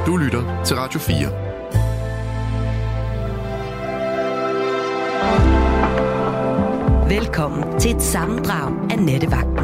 Du lytter til Radio 4. Velkommen til et sammendrag af Nattevagten.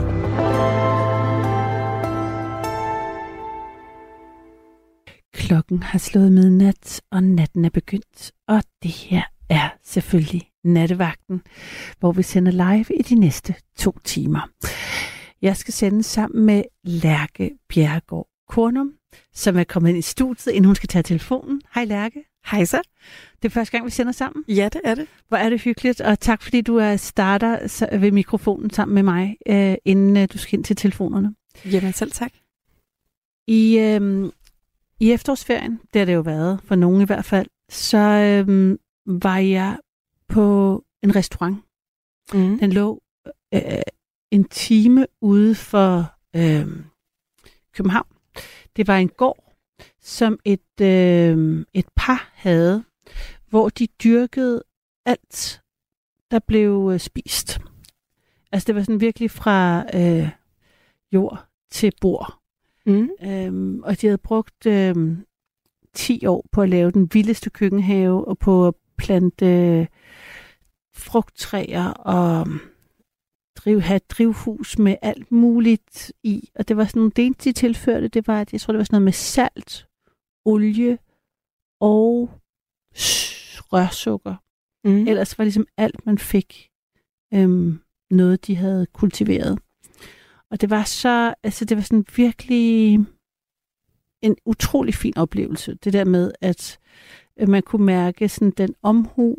Klokken har slået midnat, og natten er begyndt, og det her er selvfølgelig Nattevagten, hvor vi sender live i de næste 2 timer. Jeg skal sende sammen med Lærke Bjerregaard Kornum, som er kommet ind i studiet, inden hun skal tage telefonen. Hej Lærke. Hej så. Det er første gang, vi sender sammen. Ja, det er det. Hvor er det hyggeligt, og tak fordi du starter ved mikrofonen sammen med mig, inden du skal ind til telefonerne. Jamen selv tak. I efterårsferien, det har det jo været, for nogen i hvert fald, så var jeg på en restaurant. Mm. Den lå en time ude for København. Det var en gård, som et par havde, hvor de dyrkede alt, der blev spist. Altså det var sådan virkelig fra jord til bord. Mm. Og de havde brugt 10 år på at lave den vildeste køkkenhave, og på at plante frugttræer og have et drivhus med alt muligt i. Og det var sådan nogle, det eneste, de tilførte, det var, at jeg tror, det var sådan noget med salt, olie og rørsukker. Mm. Ellers var ligesom alt, man fik, noget, de havde kultiveret. Og det var så, altså det var sådan virkelig en utrolig fin oplevelse. Det der med, at man kunne mærke sådan den omhu,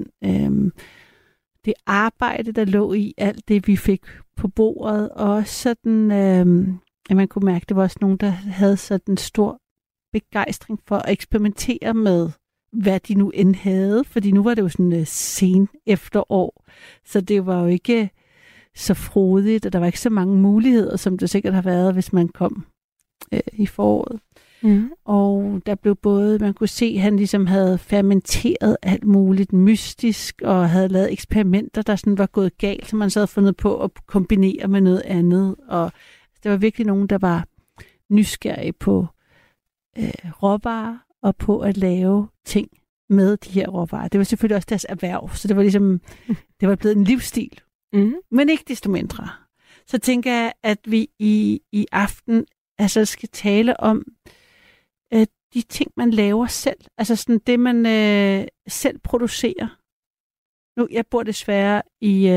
det arbejde, der lå i alt det, vi fik på bordet. Og sådan, at man kunne mærke, at det var også nogen, der havde sådan stor begejstring for at eksperimentere med, hvad de nu end havde. Fordi nu var det jo sådan sen efterår, så det var jo ikke så frodigt, og der var ikke så mange muligheder, som det sikkert har været, hvis man kom i foråret. Mm. Og der blev både, man kunne se, at han ligesom havde fermenteret alt muligt mystisk, og havde lavet eksperimenter, der sådan var gået galt, som man så havde fundet på at kombinere med noget andet. Og der var virkelig nogen, der var nysgerrige på råvarer, og på at lave ting med de her råvarer. Det var selvfølgelig også deres erhverv, så det var ligesom, det var blevet en livsstil. Mm. Men ikke desto mindre. Så tænker jeg, at vi i aften altså skal tale om de ting, man laver selv. Altså sådan det, man selv producerer. Nu, jeg bor desværre i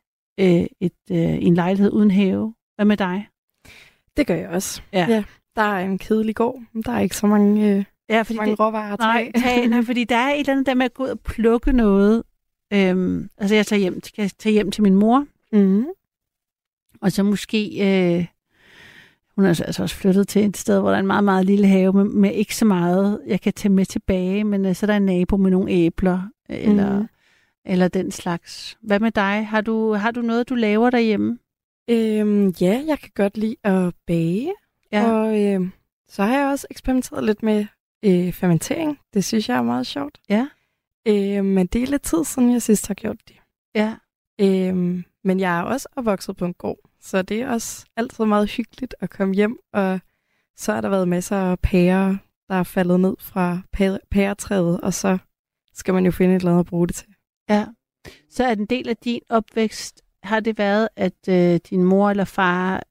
en lejlighed uden have. Hvad med dig? Det gør jeg også. Ja. Der er en kedelig gård. Der er ikke så mange, mange råvarer at tage. Nej, fordi der er et eller andet der med at gå ud og plukke noget. Altså jeg kan tage hjem til min mor. Mm. Og så måske hun er altså også flyttet til et sted, hvor der er en meget, meget lille have med ikke så meget, jeg kan tage med tilbage, men så er der en nabo med nogle æbler, eller den slags. Hvad med dig? Har du noget, du laver derhjemme? Ja, jeg kan godt lide at bage, og så har jeg også eksperimenteret lidt med fermentering. Det synes jeg er meget sjovt. Ja. Men det er lidt tid siden, jeg sidst har gjort det. Ja. Men jeg er også opvokset på en gård, så det er også altid meget hyggeligt at komme hjem, og så har der været masser af pærer, der er faldet ned fra pæretræet, og så skal man jo finde et eller andet at bruge det til. Ja, så er en del af din opvækst, har det været, at din mor eller far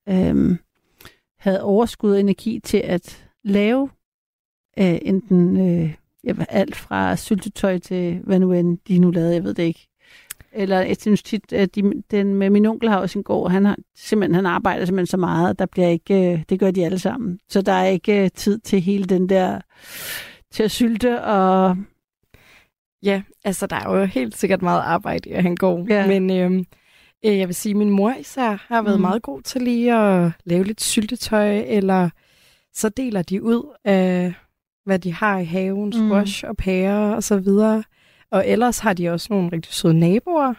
havde overskud og energi til at lave enten alt fra syltetøj til hvad nu end de nu lavede, jeg ved det ikke. Eller jeg synes tit, at den med min onkel har også en gård, han arbejder simpelthen så meget, at der bliver ikke, det gør de alle sammen. Så der er ikke tid til hele den der, til at sylte og... Ja, altså der er jo helt sikkert meget arbejde i at han går, men jeg vil sige, at min mor især har været meget god til lige at lave lidt syltetøj, eller så deler de ud af, hvad de har i haven, squash og pærer og så videre. Og ellers har de også nogle rigtig søde naboer,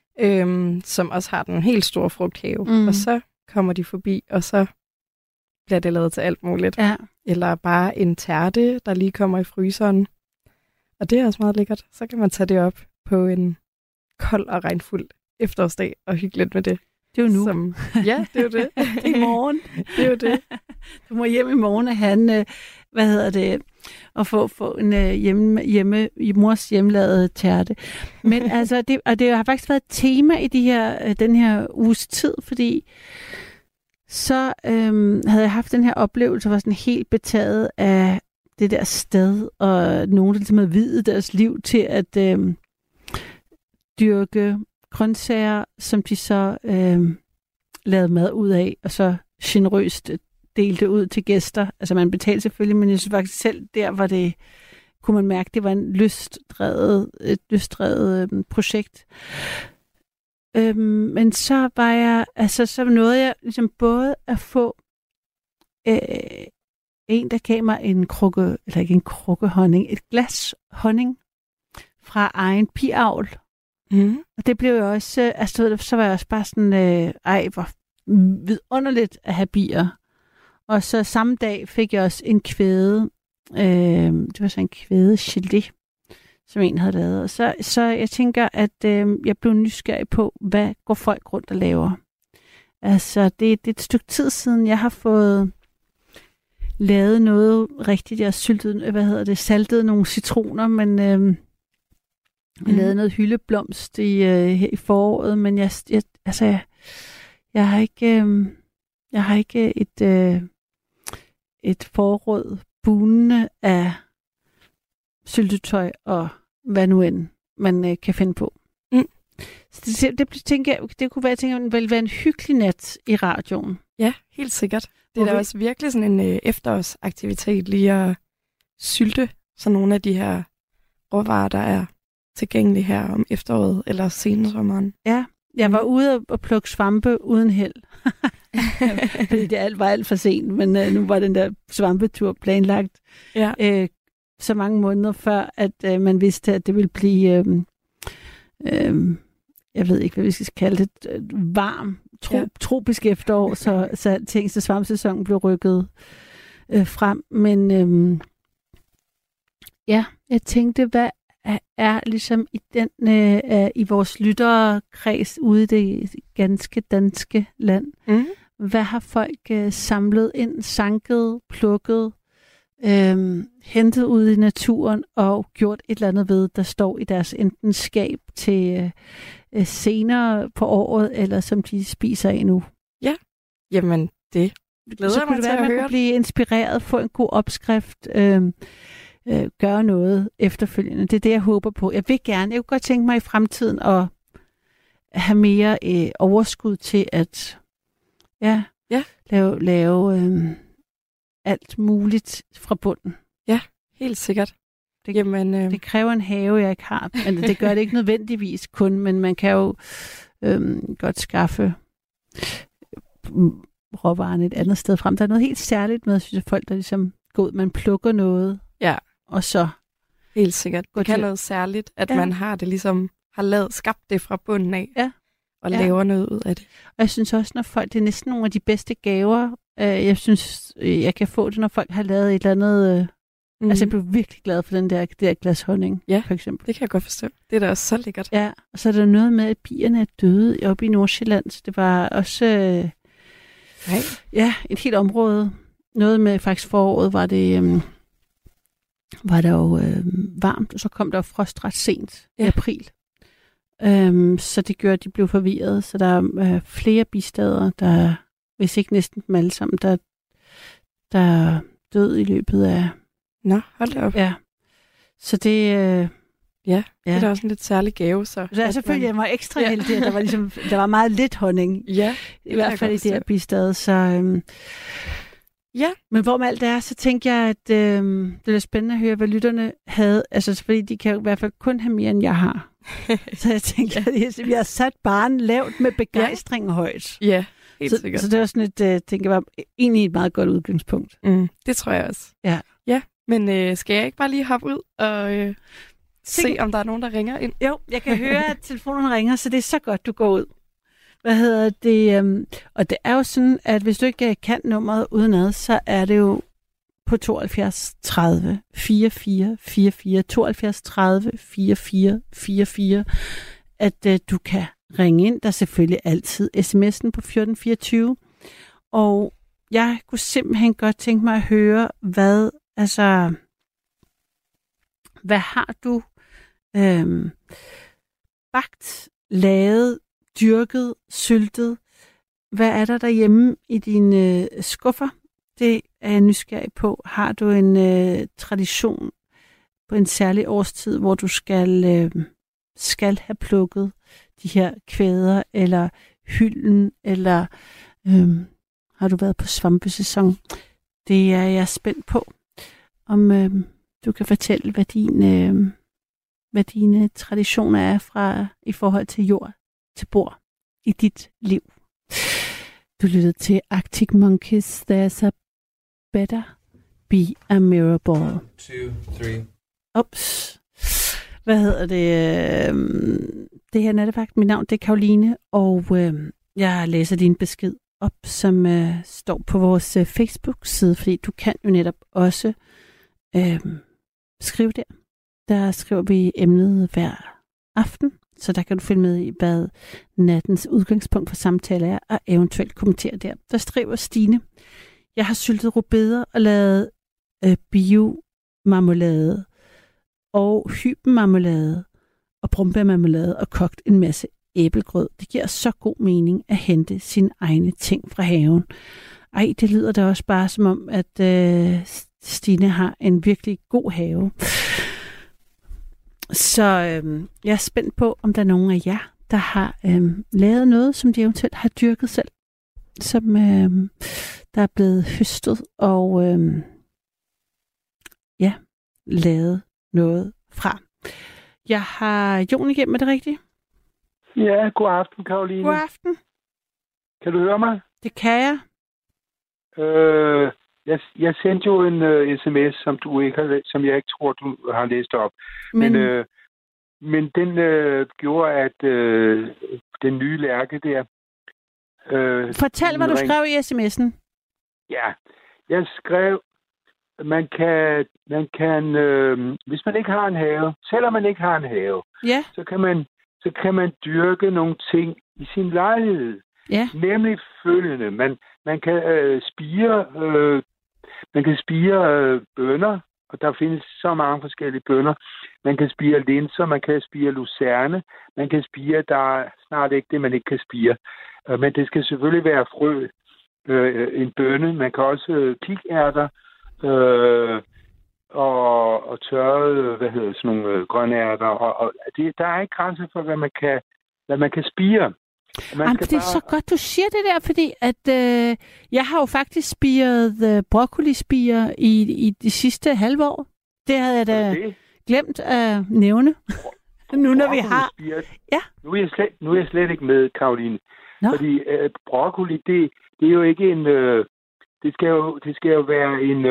som også har den helt store frugthave. Mm. Og så kommer de forbi, og så bliver det lavet til alt muligt. Ja. Eller bare en tærte, der lige kommer i fryseren. Og det er også meget lækkert. Så kan man tage det op på en kold og regnfuld efterårsdag og hygge lidt med det. Det er jo nu. Ja, det er jo det. Det er i morgen. Det er jo det. Du må hjem i morgen og han, og få en mors hjemmelavede tærte. Men altså, det har faktisk været et tema i den her uges tid, fordi så havde jeg haft den her oplevelse, og var sådan helt betaget af det der sted, og nogen, der ligesom havde viet deres liv til at dyrke grøntsager, som de så lavede mad ud af, og så generøst delte ud til gæster. Altså man betalte selvfølgelig, men jeg synes faktisk selv, der var det, kunne man mærke, det var et lystdrevet projekt. Men så var jeg, altså så nåede jeg ligesom både at få en, der gav mig en krukke, eller ikke en krukke honning, et glas honning fra egen biavl. Og det blev jo også, altså så var jeg også bare sådan, hvor vidunderligt at have bier. Og så samme dag fik jeg også en kvæde, det var så en kvæde gelé, som en havde lavet. Og så jeg tænker, at jeg blev nysgerrig på, hvad går folk rundt og laver. Altså det er et stykke tid siden, jeg har fået lavet noget rigtigt. Jeg har saltet nogle citroner, men jeg lavede noget hyldeblomst i foråret, men jeg har ikke et forråd bunende af syltetøj og hvad nu end man kan finde på. Så det kunne være, det ville være en hyggelig nat i radioen. Ja, helt sikkert. Det er da også virkelig sådan en efterårsaktivitet lige at sylte sådan nogle af de her råvarer, der er tilgængelige her om efteråret eller sensommeren. Ja, jeg var ude og plukke svampe uden held. Fordi det var alt for sent, men nu var den der svampetur planlagt så mange måneder før, at man vidste, at det ville blive, jeg ved ikke, hvad vi skal kalde det, varm, tropisk efterår, så svampsæsonen blev rykket frem. Men jeg tænkte, hvad er ligesom i vores lytterkreds ude i det ganske danske land. Hvad har folk samlet ind, sanket, plukket, hentet ud i naturen og gjort et eller andet ved, der står i deres enten skab til senere på året, eller som de spiser af nu? Ja, jamen det glæder så jeg mig til at høre. Så kunne det være, at man kunne blive inspireret, få en god opskrift, gøre noget efterfølgende. Det er det, jeg håber på. Jeg kunne godt tænke mig i fremtiden at have mere overskud til at lave alt muligt fra bunden. Ja, helt sikkert. Det kræver en have, jeg ikke har. Men det gør det ikke nødvendigvis kun, men man kan jo godt skaffe råvarerne et andet sted frem. Der er noget helt særligt med, synes jeg, folk, der ligesom går ud, man plukker noget, og så helt sikkert. Det kan noget særligt, at man har det ligesom, har skabt det fra bunden af, og laver noget ud af det. Og jeg synes også, når folk, det er næsten nogle af de bedste gaver, jeg synes, jeg kan få det, når folk har lavet et eller andet. Altså, jeg blev virkelig glad for det der glas honning, for eksempel. Det kan jeg godt forstå. Det er da også så lækkert. Ja, og så er der noget med, at bierne er døde oppe i Nordsjælland. Så det var også et helt område. Noget med faktisk foråret var der jo varmt, og så kom der frost ret sent i april. Så det gjorde, at de blev forvirret. Så der er flere bistader, der, hvis ikke næsten dem alle sammen, der er død i løbet af... Nå, hold da op. Ja. Så det... det er da også en lidt særlig gave. Så selvfølgelig, jeg var ekstra heldig, at der var meget lidt honning. Ja. I hvert fald i det her bistad. Så... Men hvorom alt det er, så tænker jeg, at det er spændende at høre, hvad lytterne havde. Altså, fordi de kan i hvert fald kun have mere, end jeg har. Så jeg tænker, at vi har sat barnen lavt med begejstring højt. Ja, helt sikkert. Så det var sådan et, tænker jeg, egentlig et meget godt udgangspunkt. Det tror jeg også. Ja, men skal jeg ikke bare lige hoppe ud og se, om der er nogen, der ringer ind? Jo, jeg kan høre, at telefonen ringer, så det er så godt, du går ud. Hvad hedder det? Og det er jo sådan, at hvis du ikke kan nummeret udenad, så er det jo på 72 30 44 44, 72 30 44 44, at du kan ringe ind. Der er selvfølgelig altid sms'en på 1424. Og jeg kunne simpelthen godt tænke mig at høre, hvad, altså, Hvad har du bagt, lavet, dyrket, syltet? Hvad er der derhjemme i dine skuffer? Det er jeg nysgerrig på. Har du en tradition på en særlig årstid, hvor du skal have plukket de her kvæder, eller hylden, eller har du været på svampesæson? Det er jeg spændt på, om du kan fortælle, hvad dine traditioner er fra i forhold til jord til bord i dit liv. Du lyttede til Arctic Monkeys, There's a Better Be a Mirror Ball. 2, 3. Ups. Hvad hedder det? Det her nattevagt. Mit navn det er Karoline, og jeg læser din besked op, som står på vores Facebook-side, fordi du kan jo netop også skrive der. Der skriver vi emnet hver aften, så der kan du følge med i, hvad nattens udgangspunkt for samtale er, og eventuelt kommentere der. Der skriver Stine: Jeg har syltet rødbeder og lavet biomarmelade og hybenmarmelade og brumbærmarmelade og kogt en masse æblegrød. Det giver så god mening at hente sine egne ting fra haven. Ej, det lyder da også bare som om, at Stine har en virkelig god have. Så jeg er spændt på, om der er nogen af jer, der har lavet noget, som de eventuelt har dyrket selv, som der er blevet høstet og lavet noget fra. Jeg har Jon igennem, er det rigtigt? Ja, god aften, Karoline. God aften. Kan du høre mig? Det kan jeg. Jeg sendte jo en sms, som jeg ikke tror, du har læst op. Men den gjorde, at den nye Lærke der... Fortæl, hvad du skrev i sms'en. Ja, jeg skrev, man kan hvis man ikke har en have, selvom man ikke har en have, ja, så kan man dyrke nogle ting i sin lejlighed. Ja. Nemlig følgende. Man kan spire bønner, og der findes så mange forskellige bønner. Man kan spire linser, man kan spire lucerne, man kan spire, der er snart ikke det, man ikke kan spire. Men det skal selvfølgelig være frø, en bønne. Man kan også kikærter og tørrede, sådan nogle grønærter. Og der er ikke grænser for, hvad man kan spire. Det er så godt, du siger det der, fordi at jeg har jo faktisk spiret broccolispirer i de sidste halve år. Det havde jeg da glemt at nævne. Nu når vi har... Ja. Nu er jeg slet ikke med, Karoline. Nå. Fordi broccoli, det er jo ikke en... Det skal jo være en...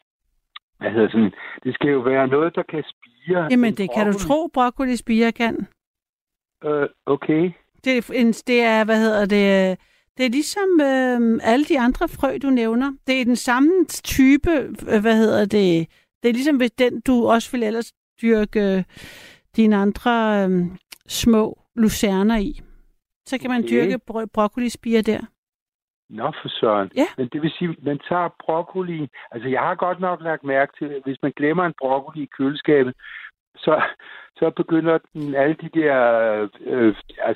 det skal jo være noget, der kan spire. Jamen, det kan du tro, broccolispirer kan. Okay. Det er, det er ligesom alle de andre frø, du nævner. Det er den samme type, det er ligesom hvis den, du også vil ellers dyrke dine andre små lucerner i. Så kan man dyrke broccolispirer der. Nå, for søren. Ja. Men det vil sige, at man tager broccoli... Altså, jeg har godt nok lagt mærke til, at hvis man glemmer en broccoli i køleskabet, så begynder den alle de der...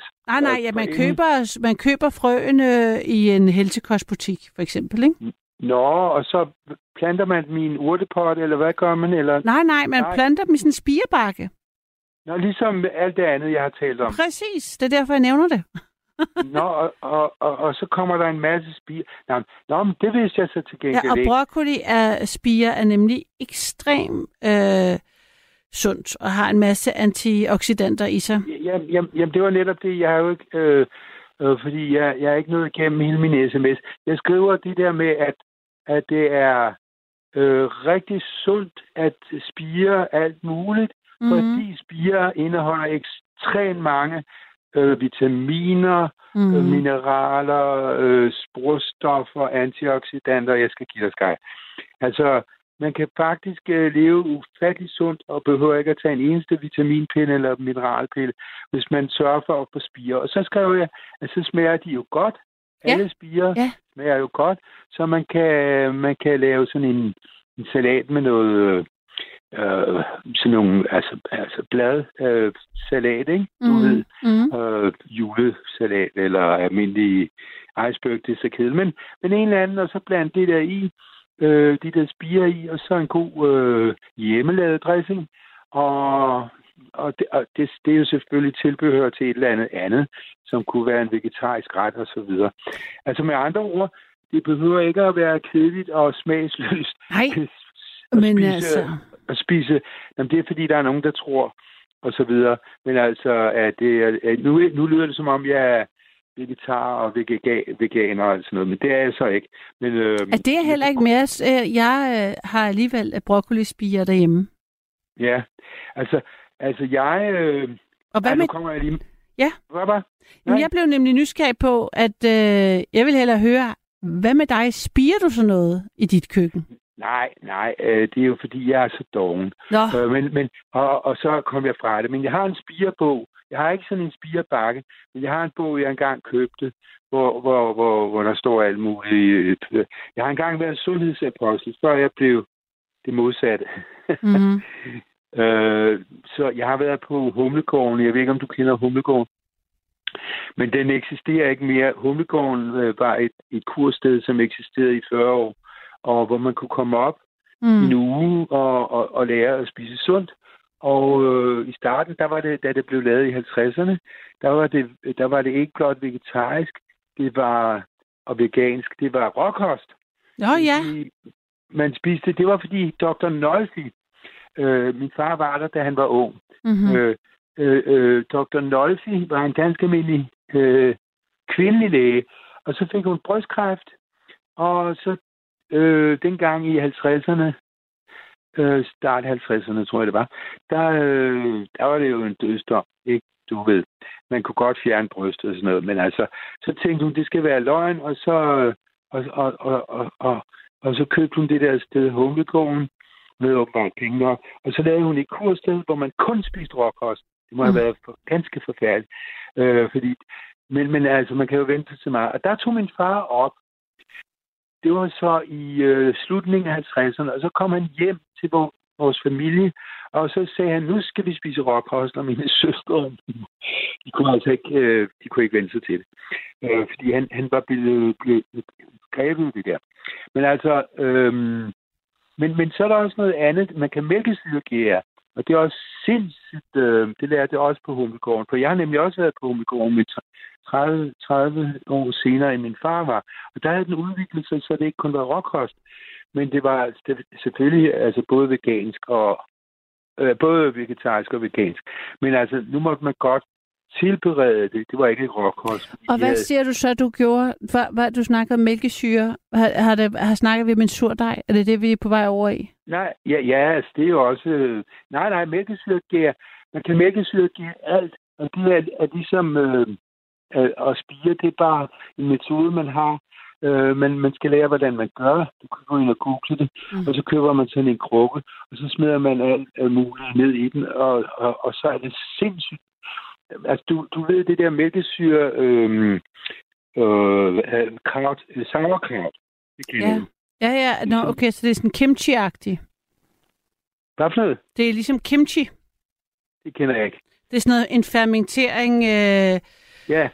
Man køber frøene i en helsekostbutik, for eksempel, ikke? Nå, og så planter man dem i en urtepot, eller hvad gør man? Eller... Nej, man planter dem i sådan en spirebakke. Nå, ligesom alt det andet, jeg har talt om. Præcis, det er derfor, jeg nævner det. Nå, og så kommer der en masse spirer. Nå, men det vidste jeg så til gengæld ikke. Ja, og broccoli-spirer er nemlig ekstremt sundt og har en masse antioxidanter i sig. Jamen, det var netop det. Jeg har jo ikke... fordi jeg er ikke nået igennem hele min sms. Jeg skriver det der med, at det er rigtig sundt at spire alt muligt, fordi spire indeholder ekstremt mange vitaminer, mineraler, sporstoffer, antioxidanter. Jeg skal give dig skaj. Altså, man kan faktisk leve ufattelig sundt og behøver ikke at tage en eneste vitaminpille eller mineralpille, hvis man sørger for at få spire. Og så skrev jeg, at så smager de jo godt. Ja. Alle spirer smager jo godt, så man kan lave sådan en salat med noget sådan nogle, altså bladsalat, ikke? Du ved, julesalat eller almindelig iceberg, det er så kedeligt. Men en eller anden, og så blandt det der i, de der spirer i, og så en god hjemmelavet dressing. Og det er jo selvfølgelig tilbehør til et eller andet, som kunne være en vegetarisk ret og så videre. Altså med andre ord, det behøver ikke at være kedeligt og smagsløst. Nej, men at spise. Jamen, det er fordi, der er nogen, der tror, og så videre. Men altså, nu lyder det som om, jeg er vegetar og veganer og sådan noget, men det er jeg så ikke. Men, det er heller ikke mere. Jeg har alligevel broccolispirer derhjemme. Ja, altså jeg... og hvad med... kommer jeg lige... Ja. Hvad bare? Men jeg blev nemlig nysgerrig på, at jeg vil hellere høre, hvad med dig? Spirer du så noget i dit køkken? Nej, det er jo fordi, jeg er så doven. Og så kom jeg fra det. Men jeg har en spirebog. Jeg har ikke sådan en spirebakke, men jeg har en bog, jeg engang købte, hvor der står alt muligt. Jeg har engang været sundhedsapostel, før jeg blev det modsatte. Mm-hmm. Så jeg har været på Humlegården. Jeg ved ikke, om du kender Humlegården. Men den eksisterer ikke mere. Humlegården var et kursted, som eksisterede i 40 år, og hvor man kunne komme op i en uge og lære at spise sundt. Og i starten, der var det, da det blev lavet i 50'erne, der var det ikke blot vegetarisk, det var og vegansk, det var råkost. Ja. Man spiste, det var fordi Dr. Nolfi, min far var der, da han var ung. Mm-hmm. Dr. Nolfi var en ganske almindelig kvindelig læge, og så fik hun brystkræft, og så dengang i 50'erne, start 50'erne, tror jeg det var, der var det jo en dødsdom, ikke? Du ved, man kunne godt fjerne brystet og sådan noget, men altså, så tænkte hun, det skal være løgn, og så købte hun det der sted, Humlegården, med åbenbart penge nok, og så lavede hun et kursted, hvor man kun spiste råkost. Det må have været ganske forfærdeligt, men altså, man kan jo vente til meget. Og der tog min far op. Det var så i slutningen af 50'erne, og så kom han hjem til vores familie, og så sagde han, nu skal vi spise råkost, og mine søstre, de kunne ikke vente sig til det. Fordi han var blevet grebet det der. Men altså, men så er der også noget andet. Man kan mælkesyregære, og det er også sindssygt, det lærte jeg også på Humlegården, for jeg har nemlig også været på Humlegården med 30 år senere, end min far var. Og der havde den udviklet sig, så det ikke kun var råkost, men det var selvfølgelig altså både vegansk og både vegetarisk og vegansk. Men altså, nu måtte man godt tilberede det. Det var ikke råkost. Og hvad siger du så, du gjorde? Hvad du snakkede om mælkesyre? Har snakket vi om en surdej? Er det vi er på vej over i? Nej, ja, altså det er jo også... Nej, mælkesyregær. Man kan mælkesyregære alt, og det er ligesom... at spire, det er bare en metode, man har. Man skal lære, hvordan man gør. Du kan gå ind og google det, og så køber man sådan en krukke, og så smider man alt muligt ned i den, og så er det sindssygt. Altså, du ved, det der mælkesyre sauerkraut. Ja. Nå, okay, så det er sådan kimchi-agtigt. Hvad for noget? Det er ligesom kimchi. Det kender jeg ikke. Det er sådan noget, en fermentering... Ja.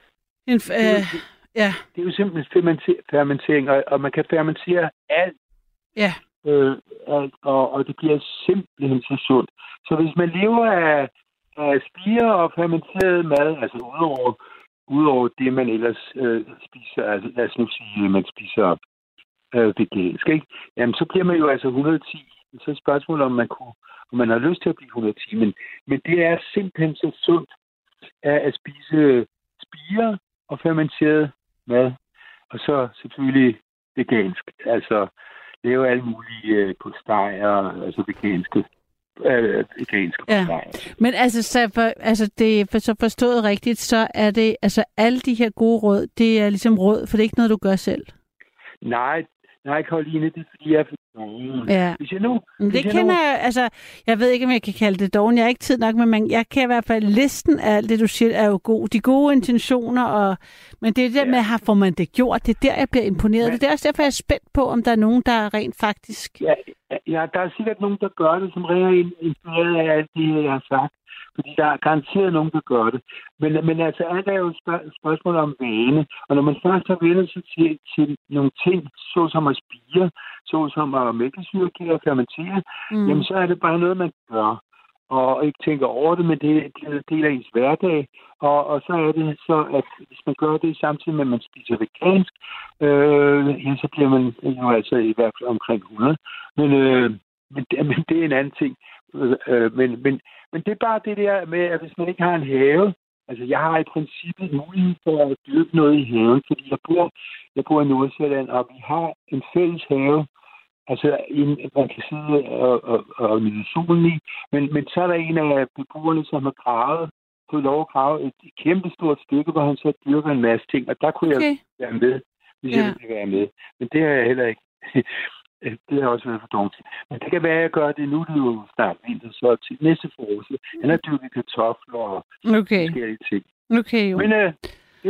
Ja. Det er jo simpelthen fermentering, og man kan fermentere alt. Ja. Og det bliver simpelthen så sundt. Så hvis man lever af spire og fermenteret mad, altså udover det, man ellers spiser, altså lad os nu sige, at man spiser vegansk, ikke? Jamen, så bliver man jo altså 110. Så er spørgsmålet, om man har lyst til at blive 110. Men det er simpelthen så sundt at spise spire og fermenteret mad. Og så selvfølgelig vegansk. Altså lave alle mulige postejer, altså veganske postejer. Men altså, det er så forstået rigtigt, så er det, altså alle de her gode råd, det er ligesom råd, for det er ikke noget, du gør selv. Nej, Nej, Karoline, det er fordi, jeg er for doven. Ja. Jeg ved ikke, om jeg kan kalde det doven. Jeg har ikke tid nok, men jeg kan i hvert fald, listen af alt det, du siger, er jo god. De gode intentioner, men det er det der med, får man det gjort? Det er der, jeg bliver imponeret. Det er også derfor, jeg er spændt på, om der er nogen, der rent faktisk... Ja, der er sikkert nogen, der gør det, som rent inspireret af alt det, jeg har sagt. Fordi der er garanteret nogen, der gør det. Men altså, alt er jo et spørgsmål om vane. Og når man først har vendt sig til nogle ting, såsom at spire, såsom at mælkesyre og fermentere, jamen så er det bare noget, man gør. Og ikke tænker over det, men det er en del af ens hverdag. Og så er det så, at hvis man gør det samtidig med, at man spiser vegansk, så bliver man jo altså i hvert fald omkring 100. Men det er en anden ting. Men det er bare det der med, at hvis man ikke har en have, altså jeg har i princippet mulighed for at dyrke noget i haven, fordi jeg bor i Nordsjælland, og vi har en fælles have, altså man kan sidde og nyde solen i, men så er der en af beboerne, som har fået lov at grave et kæmpe stort stykke, hvor han så dyrker en masse ting, og der kunne jeg være med, hvis jeg ville være med. Men det har jeg heller ikke. Det har også været for dumt. Men det kan være, at jeg gør det nu. Det er jo snart vinter, så til næste forårsdag. Han har dyrket kartofler og forskellige ting. Okay, jo. Men det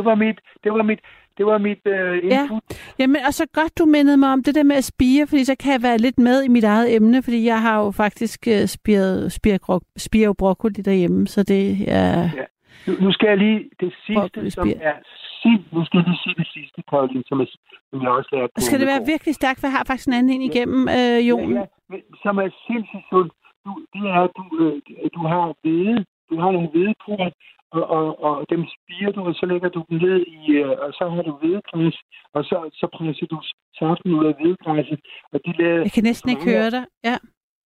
var mit input. Jamen, og så godt, du mindede mig om det der med at spire, fordi så kan jeg være lidt med i mit eget emne, fordi jeg har jo faktisk spiret broccoli derhjemme, så det er... Ja. Nu skal jeg lige det sidste, som er... Nu skal jeg lige sige det sidste, Karoline, som jeg også lærte på. Skal det være virkelig stærkt, for jeg har faktisk en anden ind igennem, Jon? Ja, som er sindssygt sundt. Du har hvede. Du har nogle hvedepulver, og dem spirer du, og så lægger du dem ned i, og så har du hvedegræs, og så presser du saften ud af hvedegræsset. Jeg kan næsten ikke høre dig, ja.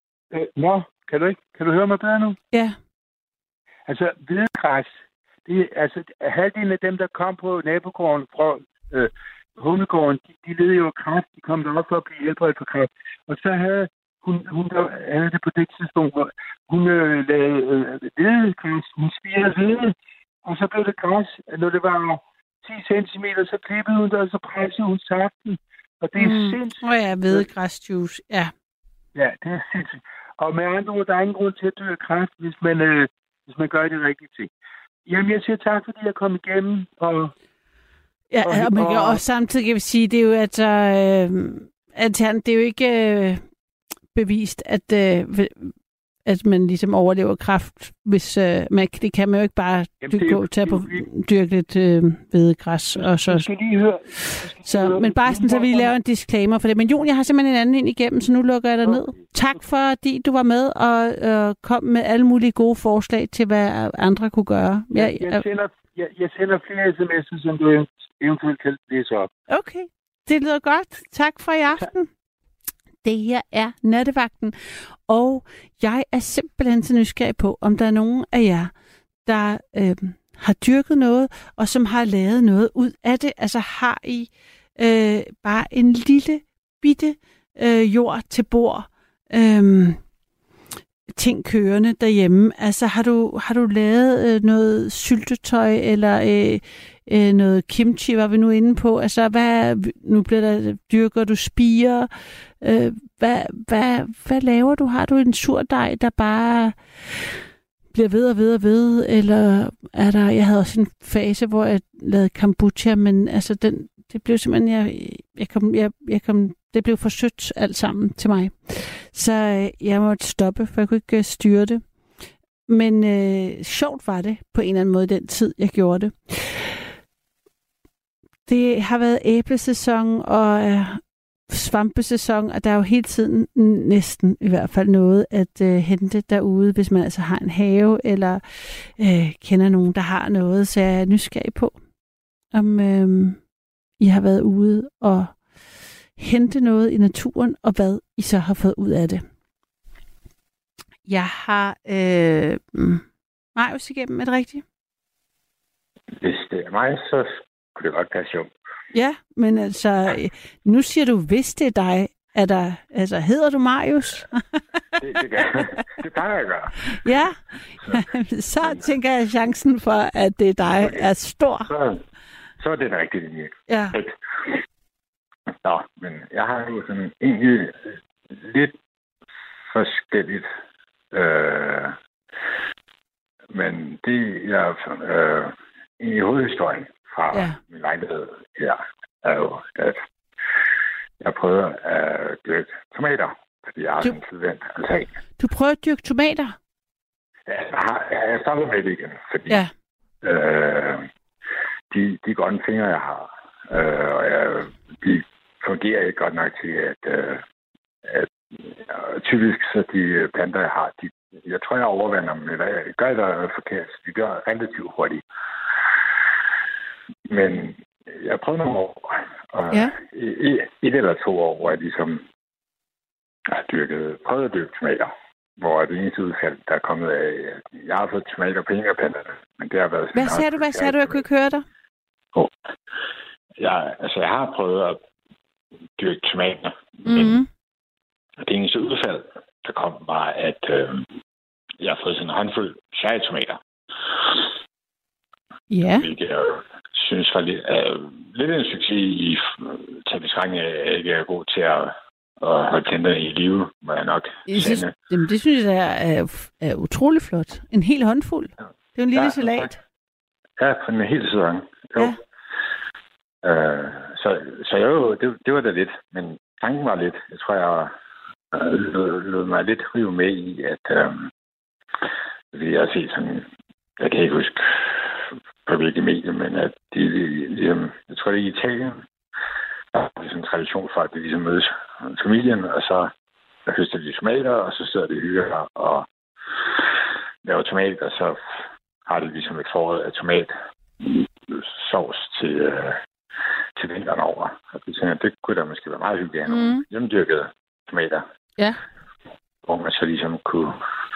Kan du høre mig bedre nu? Ja. Altså, hvedegræs, halvdelen af dem, der kom på nabogården fra Hundegården, de led jo af kræft. De kom derop for at blive helbredt for kræft. Og så havde hun havde det på det tidspunkt, hvor hun lavede hvedegræs. Hun spirede hvede, og så blev det græs. Når det var 10 cm, så klippede hun det, og så pressede hun saften. Og det er sindssygt. Hvedegræsjuice, ja. Ja, det er sindssygt. Og med andre ord, der er ingen grund til at dø af kræft, hvis man gør det rigtige ting. Jamen, jeg siger tak, fordi jeg kom igennem. Og man kan også samtidig kan vi sige, det er jo, det er jo ikke bevist, at man ligesom overlever kræft, hvis det kan man jo ikke bare tage på dyrke lidt hvedegræs og så. Men bare sådan, så vi laver en disclaimer for det. Men Jon, jeg har simpelthen en anden ind igennem, så nu lukker jeg dig ned. Tak fordi du var med og kom med alle mulige gode forslag til, hvad andre kunne gøre. Jeg sender flere sms'er, som du eventuelt kan læse op. Okay, det lyder godt. Tak for i aften. Det her er Nattevagten, og jeg er simpelthen så nysgerrig på, om der er nogen af jer, der har dyrket noget, og som har lavet noget ud af det. Altså har I bare en lille bitte jord til bord, ting kørende derhjemme. Altså har du lavet noget syltetøj eller noget kimchi, var vi nu inde på. Altså nu bliver der dyrker du spirer. Hvad laver du? Har du en surdej, der bare bliver ved, eller er der... Jeg havde også en fase, hvor jeg lavede kombucha, men altså det blev simpelthen... det blev for sødt alt sammen til mig. Så jeg måtte stoppe, for jeg kunne ikke styre det. Men sjovt var det på en eller anden måde den tid, jeg gjorde det. Det har været æblesæson og svampesæson, og der er jo hele tiden næsten i hvert fald noget at hente derude, hvis man altså har en have, eller kender nogen, der har noget. Så jeg er nysgerrig på, om I har været ude og hente noget i naturen, og hvad I så har fået ud af det. Jeg har Marius igennem, er det rigtigt? Hvis det er mig, så kunne det godt være sjovt. Ja, men altså, nu siger du, hvis det er dig, hedder du Marius? det gør jeg. Det plejer jeg at gøre. Ja, så tænker jeg, at chancen for, at det er dig, er stor. Så er det rigtigt. Ja. Nå, men jeg har jo sådan egentlig lidt forskelligt. Men det jeg egentlig hovedhistorien fra min lejlighed her er jo, at jeg prøver at dyrke tomater, fordi jeg har sådan en tidvendt altan. Du prøver at dyrke tomater? Ja, jeg starter med det igen, fordi de grønne fingre, jeg har, og de fungerer ikke godt nok til, at typisk så de planter, jeg har, jeg tror, jeg overvander dem, eller jeg gør det forkert. De gør relativt hurtigt. Men jeg prøvede nogle år, og et eller 2 år, hvor jeg ligesom har prøvet at dyrke tomater, hvor det eneste udfald, der er kommet af, at jeg har fået tomater på engaplanterne, men det har været... Hvad sagde du? Jeg kunne ikke høre dig. Jeg har prøvet at dyrke tomater, men det eneste udfald, der kom, var, at jeg har fået sådan en håndfuld cherrytomater. Ja. Hvilket jeg synes var lidt en succes i til betragtning af, at jeg ikke er god til at holde planterne i live, må jeg nok sende. Det synes jeg er utrolig flot. En hel håndfuld. Ja. Det er jo en lille salat. Ja, på en hel sæson. Jo. Ja. Så jo, det var da lidt. Men tanken var lidt. Jeg tror, jeg lod mig lidt rive med i, at vi har set sådan, jeg kan ikke huske på hvilke medier, men at de ligesom, jeg tror, det er i Italien, der er sådan en tradition for, at de ligesom mødes familien, og så høster de tomater, og så sidder de og hygger og laver tomat, og så har de ligesom et forråd af tomatsovs til vinteren over. Og det tænker, det kunne da måske være meget hyggeligt at have nogle hjemmedyrkede tomater. Ja. Hvor man så ligesom kunne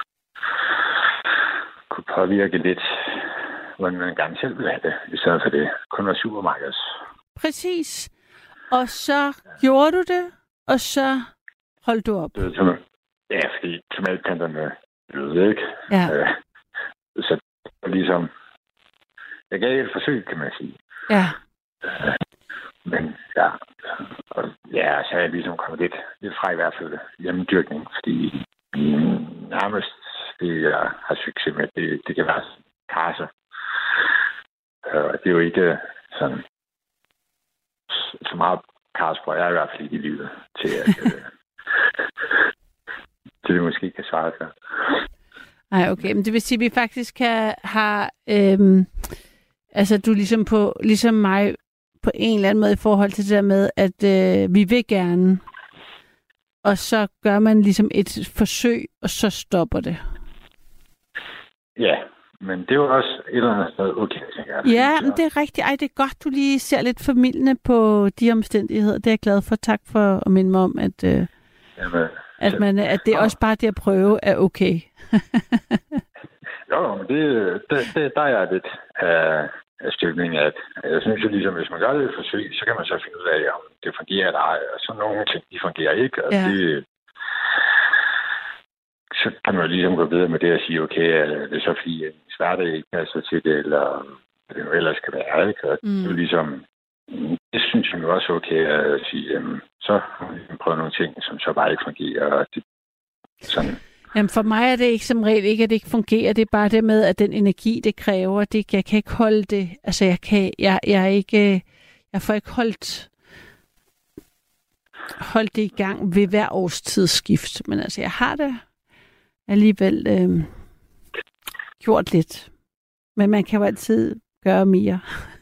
påvirke lidt, hvordan man gerne selv ville have det, i stedet for det kun var supermarkeds. Præcis. Og så gjorde du det, og så holdt du op. Ja, fordi tomatplanterne døde ikke. Ja. Så ligesom, jeg gav et forsøg, kan man sige. Ja. Men så er jeg ligesom kommet lidt fra i hvert fald hjemmedyrkning, fordi nærmest det, jeg har succes med, det kan være karse. Det er jo ikke sådan så meget karse, hvor jeg i hvert fald ikke i livet til at det måske kan svare sig. Nej, okay. Men det vil sige, at vi faktisk har altså du ligesom mig på en eller anden måde i forhold til det der med, at vi vil gerne, og så gør man ligesom et forsøg, og så stopper det. Ja, men det er jo også et eller andet sted okay. Ja, men det er rigtigt. Ej, det er godt, du lige ser lidt formildende på de omstændigheder. Det er jeg glad for. Tak for at minde mig om, at det er også bare det at prøve er okay. Jo, men der er jeg lidt af støbning, at jeg synes jo ligesom, hvis man gør det et forsøg, så kan man så finde ud af, om det fungerer eller ej. Og så nogle ting, de fungerer ikke, og så kan man jo ligesom gå videre med det og sige, okay, er det så fordi, at hverdag ikke passer til det, eller hvad det nu ellers kan være, ikke? Og det er jo ligesom, det synes jeg jo også okay at sige, så prøve nogle ting, som så bare ikke fungerer, og det sådan. Jamen for mig er det ikke som regel ikke, at det ikke fungerer. Det er bare det med, at den energi, det kræver, jeg kan ikke holde det. Altså jeg får ikke holdt det i gang ved hver årstidsskift. Men altså, jeg har det alligevel gjort lidt. Men man kan jo altid gøre mere.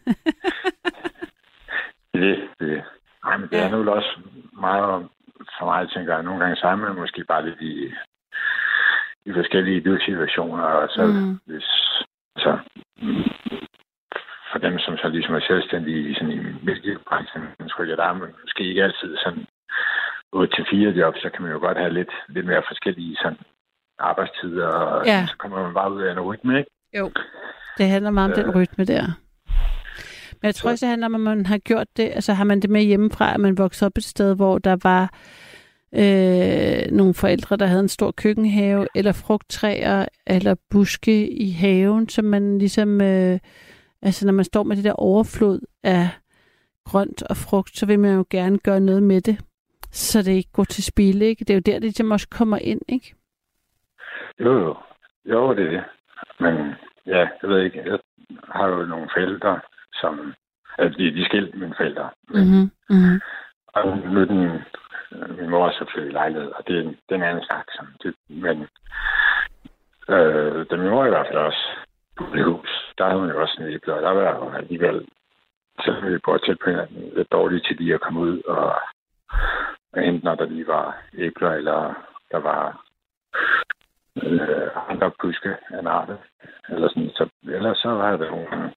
det. Nej, men det er nu også meget for mig, tænker jeg, nogle gange sammen, måske bare lidt i forskellige livssituationer, og så så for dem, som så ligesom er selvstændige i sådan en mediebranchen, tror jeg, der er måske ikke altid sådan 8-4 job, så kan man jo godt have lidt mere forskellige sådan arbejdstider, og så kommer man bare ud af en rytme, ikke? Jo, det handler meget om den rytme der. Men jeg tror også, det handler om, at man har gjort det, altså har man det med hjemmefra, at man voksede op et sted, hvor der var nogle forældre, der havde en stor køkkenhave, eller frugttræer, eller buske i haven, som man ligesom, altså når man står med det der overflod af grønt og frugt, så vil man jo gerne gøre noget med det, så det ikke går til spilde, ikke? Det er jo der, det ligesom også kommer ind, ikke? Jo, det er det. Men ja, jeg ved ikke, jeg har jo nogle forældre, som... Altså, de skilte mine forældre. Og nu er min mor er så flyttet i lejlighed, og det er en anden snak. Men da min mor i hvert fald også boede i hus, der havde hun jo også en æble, og der var jo alligevel, selvom vi bor tæt på hinanden, lidt dårligt til lige at komme ud og hente, når der lige var æbler, eller der var andre buske af narte, eller sådan. Ellers så var der nogle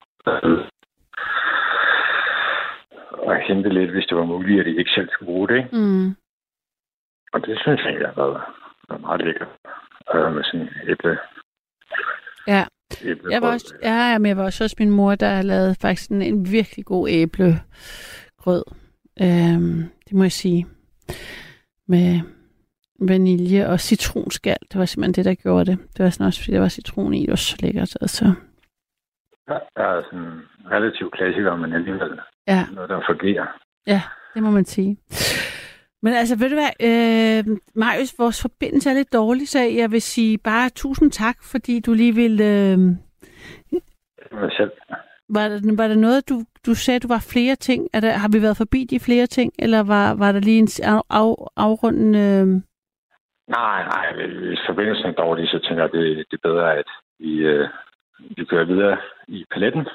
og hente lidt, hvis det var muligt, at de ikke selv skulle bruge det. Ikke? Og det synes jeg egentlig har været meget lækkert med sådan en æble. Ja. Jeg var også hos min mor, der lavede faktisk en virkelig god æblegrød. Det må jeg sige. Med vanilje og citronskal. Det var simpelthen det, der gjorde det. Det var sådan også, fordi der var citron i. Det var så lækkert. Altså. Ja, jeg er sådan en relativ klassiker, men alligevel noget, der fungerer. Ja, det må man sige. Men altså, ved du hvad, Marius, vores forbindelse er lidt dårlig, så jeg vil sige bare 1000 tak, fordi du lige ville... selv. Var der noget, du sagde, du var flere ting? Har vi været forbi de flere ting, eller var der lige en afrundende... Nej, hvis forbindelsen er dårlig, så tænker jeg, det er bedre, at vi kører videre i paletten.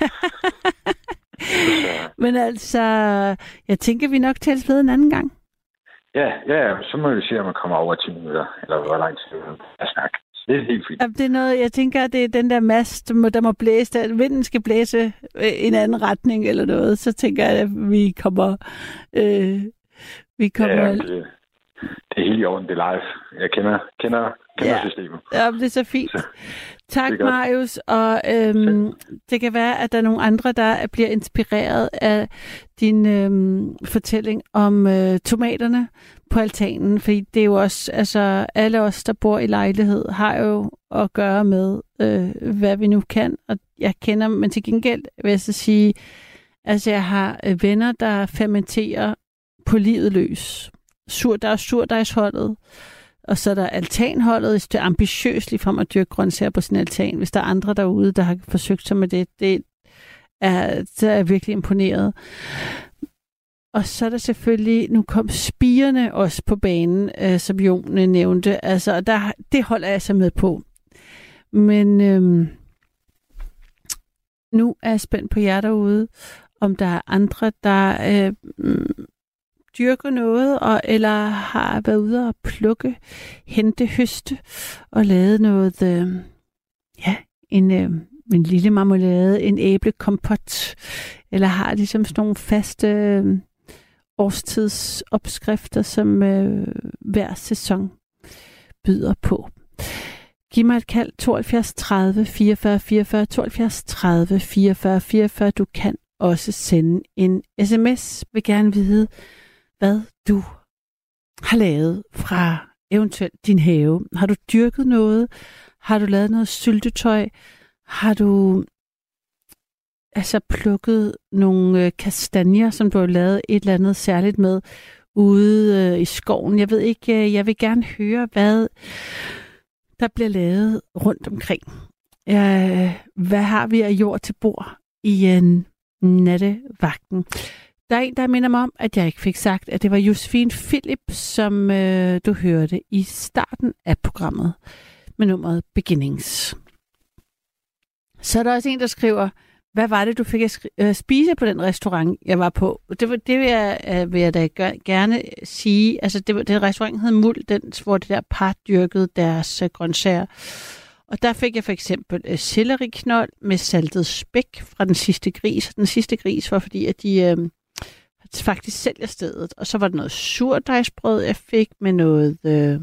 Men altså, jeg tænker, vi nok tales ved en anden gang. Ja, så må vi se, om man kommer over 10 minutter, eller hvor lang tid jeg snakker. Det er helt fint. Det er noget, jeg tænker, det er den der mast, der må blæse, at vinden skal blæse en anden retning eller noget, så tænker jeg, at vi kommer... Det er helt i orden, det er live. Jeg kender systemet. Ja, det er så fint. Tak, Marius. Og det kan være, at der er nogle andre, der bliver inspireret af din fortælling om tomaterne på altanen. Fordi det er jo også, altså alle os, der bor i lejlighed, har jo at gøre med, hvad vi nu kan. Og jeg kender, men til gengæld vil jeg så sige, altså jeg har venner, der fermenterer på livet løs. Der er surdejsholdet, og så er der altanholdet. Det er ambitiøst lige frem at dyrke grøntsager på sin altan. Hvis der er andre derude, der har forsøgt sig med det så er jeg virkelig imponeret. Og så er der selvfølgelig, nu kom spirene også på banen, som Jon nævnte. Altså, det holder jeg så med på. Men nu er jeg spændt på jer derude, om der er andre, der... dyrker noget, eller har været ude og plukke, hente, høste, og lavet noget, en lille marmelade, en æblekompot, eller har ligesom sådan nogle faste årstidsopskrifter, som hver sæson byder på. Giv mig et kald, 72 30 44 44, 72 30 44 44. Du kan også sende en sms. Vil gerne vide, hvad du har lavet fra eventuelt din have. Har du dyrket noget? Har du lavet noget syltetøj? Har du altså plukket nogle kastanjer, som du har lavet et eller andet særligt med ude i skoven? Jeg ved ikke, jeg vil gerne høre, hvad der bliver lavet rundt omkring. Hvad har vi af jord til bord i nattevagten? Der er en, der minder mig om, at jeg ikke fik sagt, at det var Josefine Philip, som du hørte i starten af programmet med nummeret Beginnings. Så er der også en, der skriver, hvad var det, du fik at spise på den restaurant, jeg var på? Det vil jeg da gerne sige. Altså, den restaurant hed Muld, hvor det der par dyrkede deres grøntsager. Og der fik jeg for eksempel selleriknold med saltet spæk fra Den Sidste Gris. Den Sidste Gris var fordi, at de faktisk sælger stedet. Og så var der noget surdejsbrød, jeg fik med noget,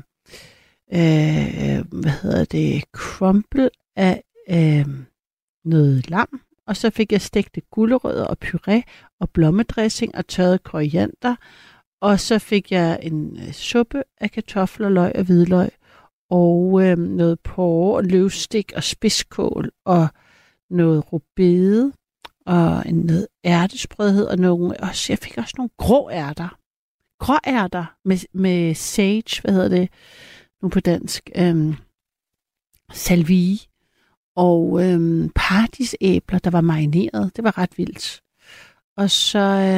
crumble af noget lam. Og så fik jeg stegte gulerødder og puré og blommedressing og tørret koriander. Og så fik jeg en suppe af kartofler, løg og hvidløg. Og noget porre og løvstik og spidskål og noget rødbede og noget ærtesprødhed, og jeg fik også nogle grå ærter. Grå ærter med sage, hvad hedder det nu på dansk? Salvie. Og paradisæbler, der var marineret. Det var ret vildt. Og så,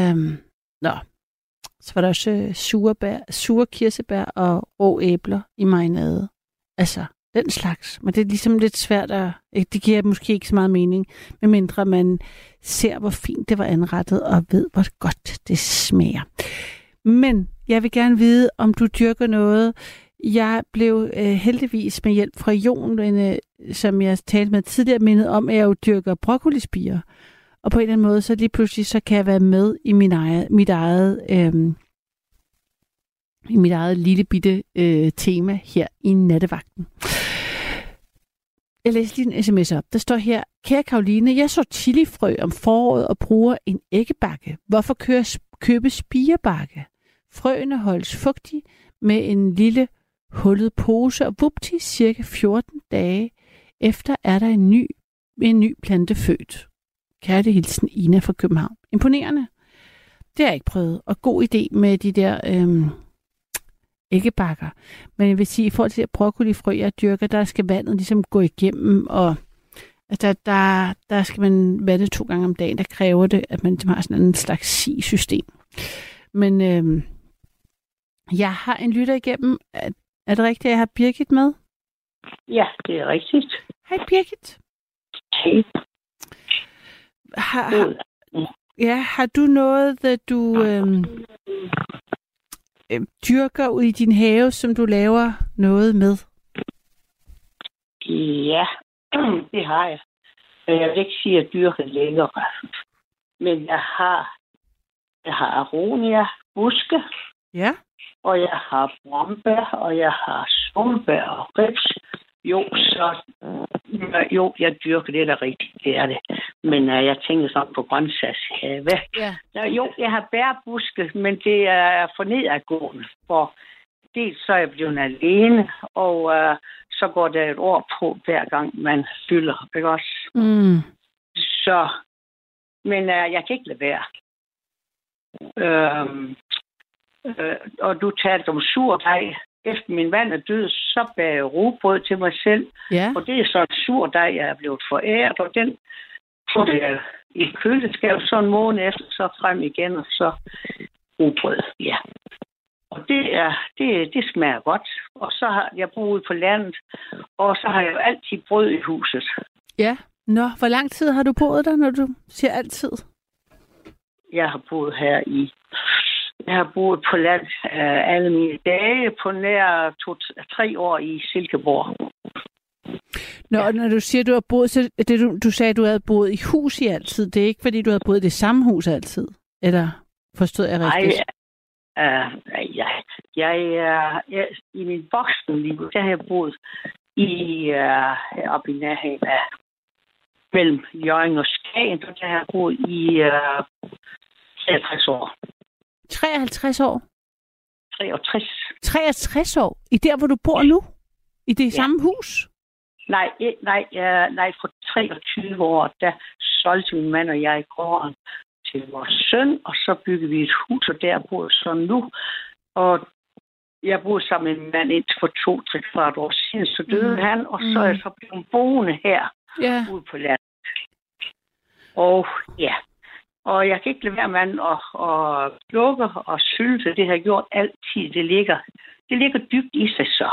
så var der også sure kirsebær og rå æbler i marinade. Altså, den slags. Men det er ligesom lidt svært det giver måske ikke så meget mening, medmindre man ser, hvor fint det var anrettet, og ved, hvor godt det smager. Men jeg vil gerne vide, om du dyrker noget. Jeg blev heldigvis med hjælp fra Jon, som jeg talte med tidligere, mindet om, at jeg jo dyrker broccolispirer. Og på en eller anden måde, så lige pludselig, så kan jeg være med i mit eget lille bitte tema her i nattevagten. Jeg læser lige en sms op. Der står her: Kære Karoline, jeg så chilifrø om foråret og bruger en æggebakke. Hvorfor købe spirebakke? Frøene holdes fugtige med en lille hullet pose, og vupti, cirka 14 dage efter er der en ny plante født. Kærlig hilsen, Ina fra København. Imponerende. Det har jeg ikke prøvet. Og god idé med de der æggebakker. Men jeg vil sige, i forhold til broccolifrø, jeg dyrker, der skal vandet ligesom gå igennem, og altså, der skal man vande 2 gange om dagen. Der kræver det, at man har sådan en slags si-system. Men jeg har en lytter igennem. Er det rigtigt, at jeg har Birgit med? Ja, det er rigtigt. Hej Birgit. Hej. Har du noget, der du dyrker ud i din have, som du laver noget med? Ja, det har jeg. Jeg vil ikke sige, at jeg dyrker længere. Men jeg har aronia, buske. Ja. Og jeg har brombær, og jeg har solbær og rips. Jeg dyrker det, der rigtigt, det er det. Men jeg tænker sådan på grøntsagshave. Ja. Jeg har bærbuske, men det er for nedadgående. For dels så er jeg blevet alene, og så går der et år på, hver gang man fylder, ikke også? Mm. Så, men jeg kan ikke lade være. Og du talte om surdej. Efter min mand er død, så bager jeg rugbrød til mig selv. Ja. Og det er så en surdej, jeg er blevet foræret, og den putter jeg i køleskab så en måned efter, så frem igen, og så rugbrød. Ja. Og det smager godt. Og så har jeg boet på landet, og så har jeg jo altid brød i huset. Ja. Nå, hvor lang tid har du boet der, når du siger altid? Jeg har boet Jeg har boet på land alle mine dage på nær 3 år i Silkeborg. Når du siger, du har boet, så du sagde, at du havde boet i hus i altid. Det er ikke, fordi du havde boet i det samme hus altid? Eller forstod jeg rigtigt? Nej, i min voksenliv, der har jeg boet oppe i nærheden af mellem Hjørring og Skagen, og der har jeg boet i 63 år. 53 år? 63. 63 år? I der, hvor du bor nu? I det samme hus? Nej, for 23 år, der solgte min mand og jeg gården til vores søn, og så byggede vi et hus, og der bor så nu. Og jeg boede sammen med min mand indtil for 2-3 år siden, så døde han, og så er jeg så blevet boende her ude på landet. Og ja, og jeg kan ikke lade være med at plukke og sylte. Det har jeg gjort altid. Det ligger dybt i sig så.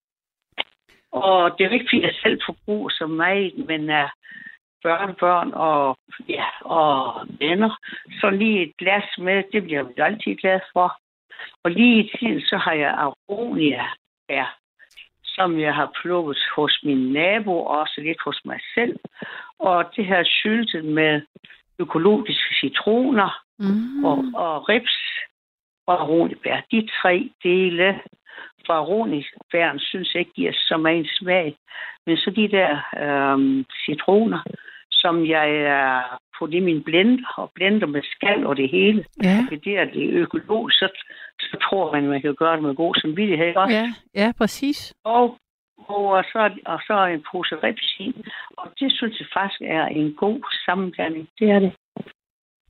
Og det er ikke, fordi jeg selv forbruger så meget, men børn og venner. Så lige et glas med, det bliver jeg altid glad for. Og lige i tiden, så har jeg aronia her, som jeg har plukket hos min nabo, og også lidt hos mig selv. Og det her syltet med økologiske citroner og rips og aronibær. De 3 dele fra aronibæren synes jeg ikke giver så meget smag. Men så de der citroner, som jeg putter i min blender og blender med skal og det hele. Ja. Det er det økologisk, så tror man kan gøre det med god samvittighed også. Ja, præcis. Og så en pose rips i. Og det synes jeg faktisk er en god sammenblanding. Det er det.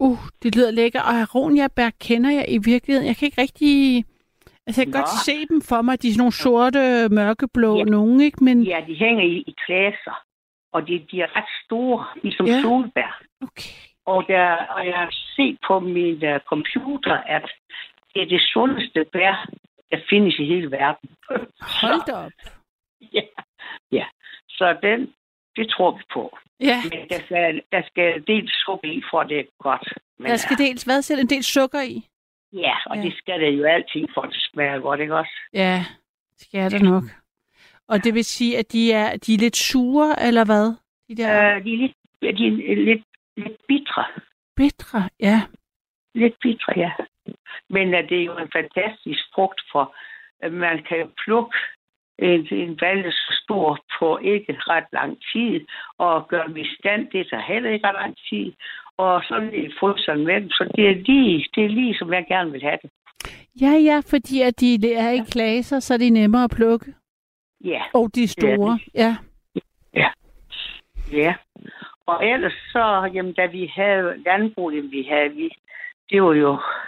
Det lyder lækker. Og aronjabær kender jeg i virkeligheden. Jeg kan ikke rigtig... Altså, jeg kan godt se dem for mig. De er sådan nogle sorte, mørkeblå nogen, ikke? Men... Ja, de hænger i klasser. Og de er ret store, ligesom solbær. Okay. Og jeg har set på min computer, at det er det sundeste bær, der findes i hele verden. Hold da op. Ja. Så det tror vi på. Ja. Men der skal dels sukker i, for det er godt. Men, der skal dels, hvad siger en del sukker i? Ja, og det skal der jo altid, for at det smager godt, ikke også? Ja, det skal der nok. Og det vil sige, at de er lidt sure, eller hvad? De er lidt bitre. Bitre, ja. Lidt bitre, ja. Men det er jo en fantastisk frugt, for man kan plukke en balle så stor på ikke ret lang tid, og gøre dem i stand, det tager heller ikke ret lang tid, og sådan en fryseren med dem, så det er lige, som jeg gerne vil have det. Ja, fordi at de er i klaser, så er de nemmere at plukke. Ja. Og de er store, ja. Ja. Og ellers så, jamen, da vi havde landbrug, det var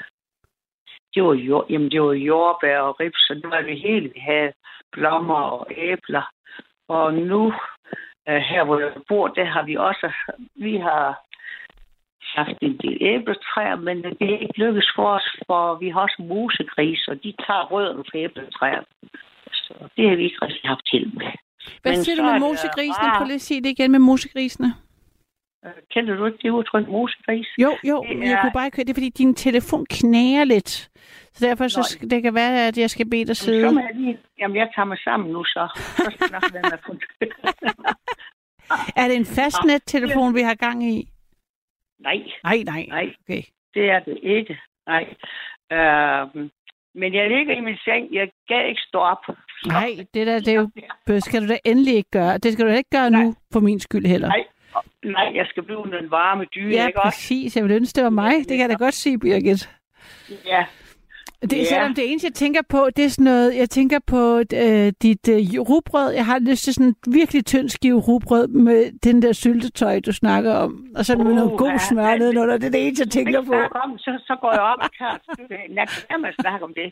jordbær og rips, så det var det hele. Vi havde blommer og æbler. Og nu, her hvor jeg bor, der har vi har haft en del æbletræer, men det er ikke lykkedes for os, for vi har også musegris, og de tager rødderne fra æbletræer. Så det har vi ikke rigtig haft til med. Hvad siger du med musegrisene? Prøv lige at sige det igen med musegrisene. Kender du ikke det udtryk, musegris? Jo, men jeg kunne bare ikke høre det, fordi din telefon knager lidt. Så derfor så det kan være, at jeg skal bede dig sidde. Jamen, jeg tager mig sammen nu, så skal jeg nok være med. Er det en fastnet-telefon, vi har gang i? Nej. Okay. Det er det ikke. Nej. Men jeg ligger i min seng. Jeg kan ikke stå op. Nej, det er jo... Skal du da endelig ikke gøre. Det skal du da ikke gøre nu, for min skyld heller. Nej, jeg skal blive den varme dyre, ja, ikke også? Ja, præcis. Jeg vil ønske, det var mig. Det kan jeg da godt sige, Birgit. Ja. Selvom det eneste, jeg tænker på, det er sådan noget... Jeg tænker på dit rugbrød. Jeg har lyst til sådan en virkelig tynd skive rugbrød med den der syltetøj, du snakker om. Og så med noget god smør nedenunder. Det er det eneste, jeg tænker på. Så går jeg op og tager med at snakke om det.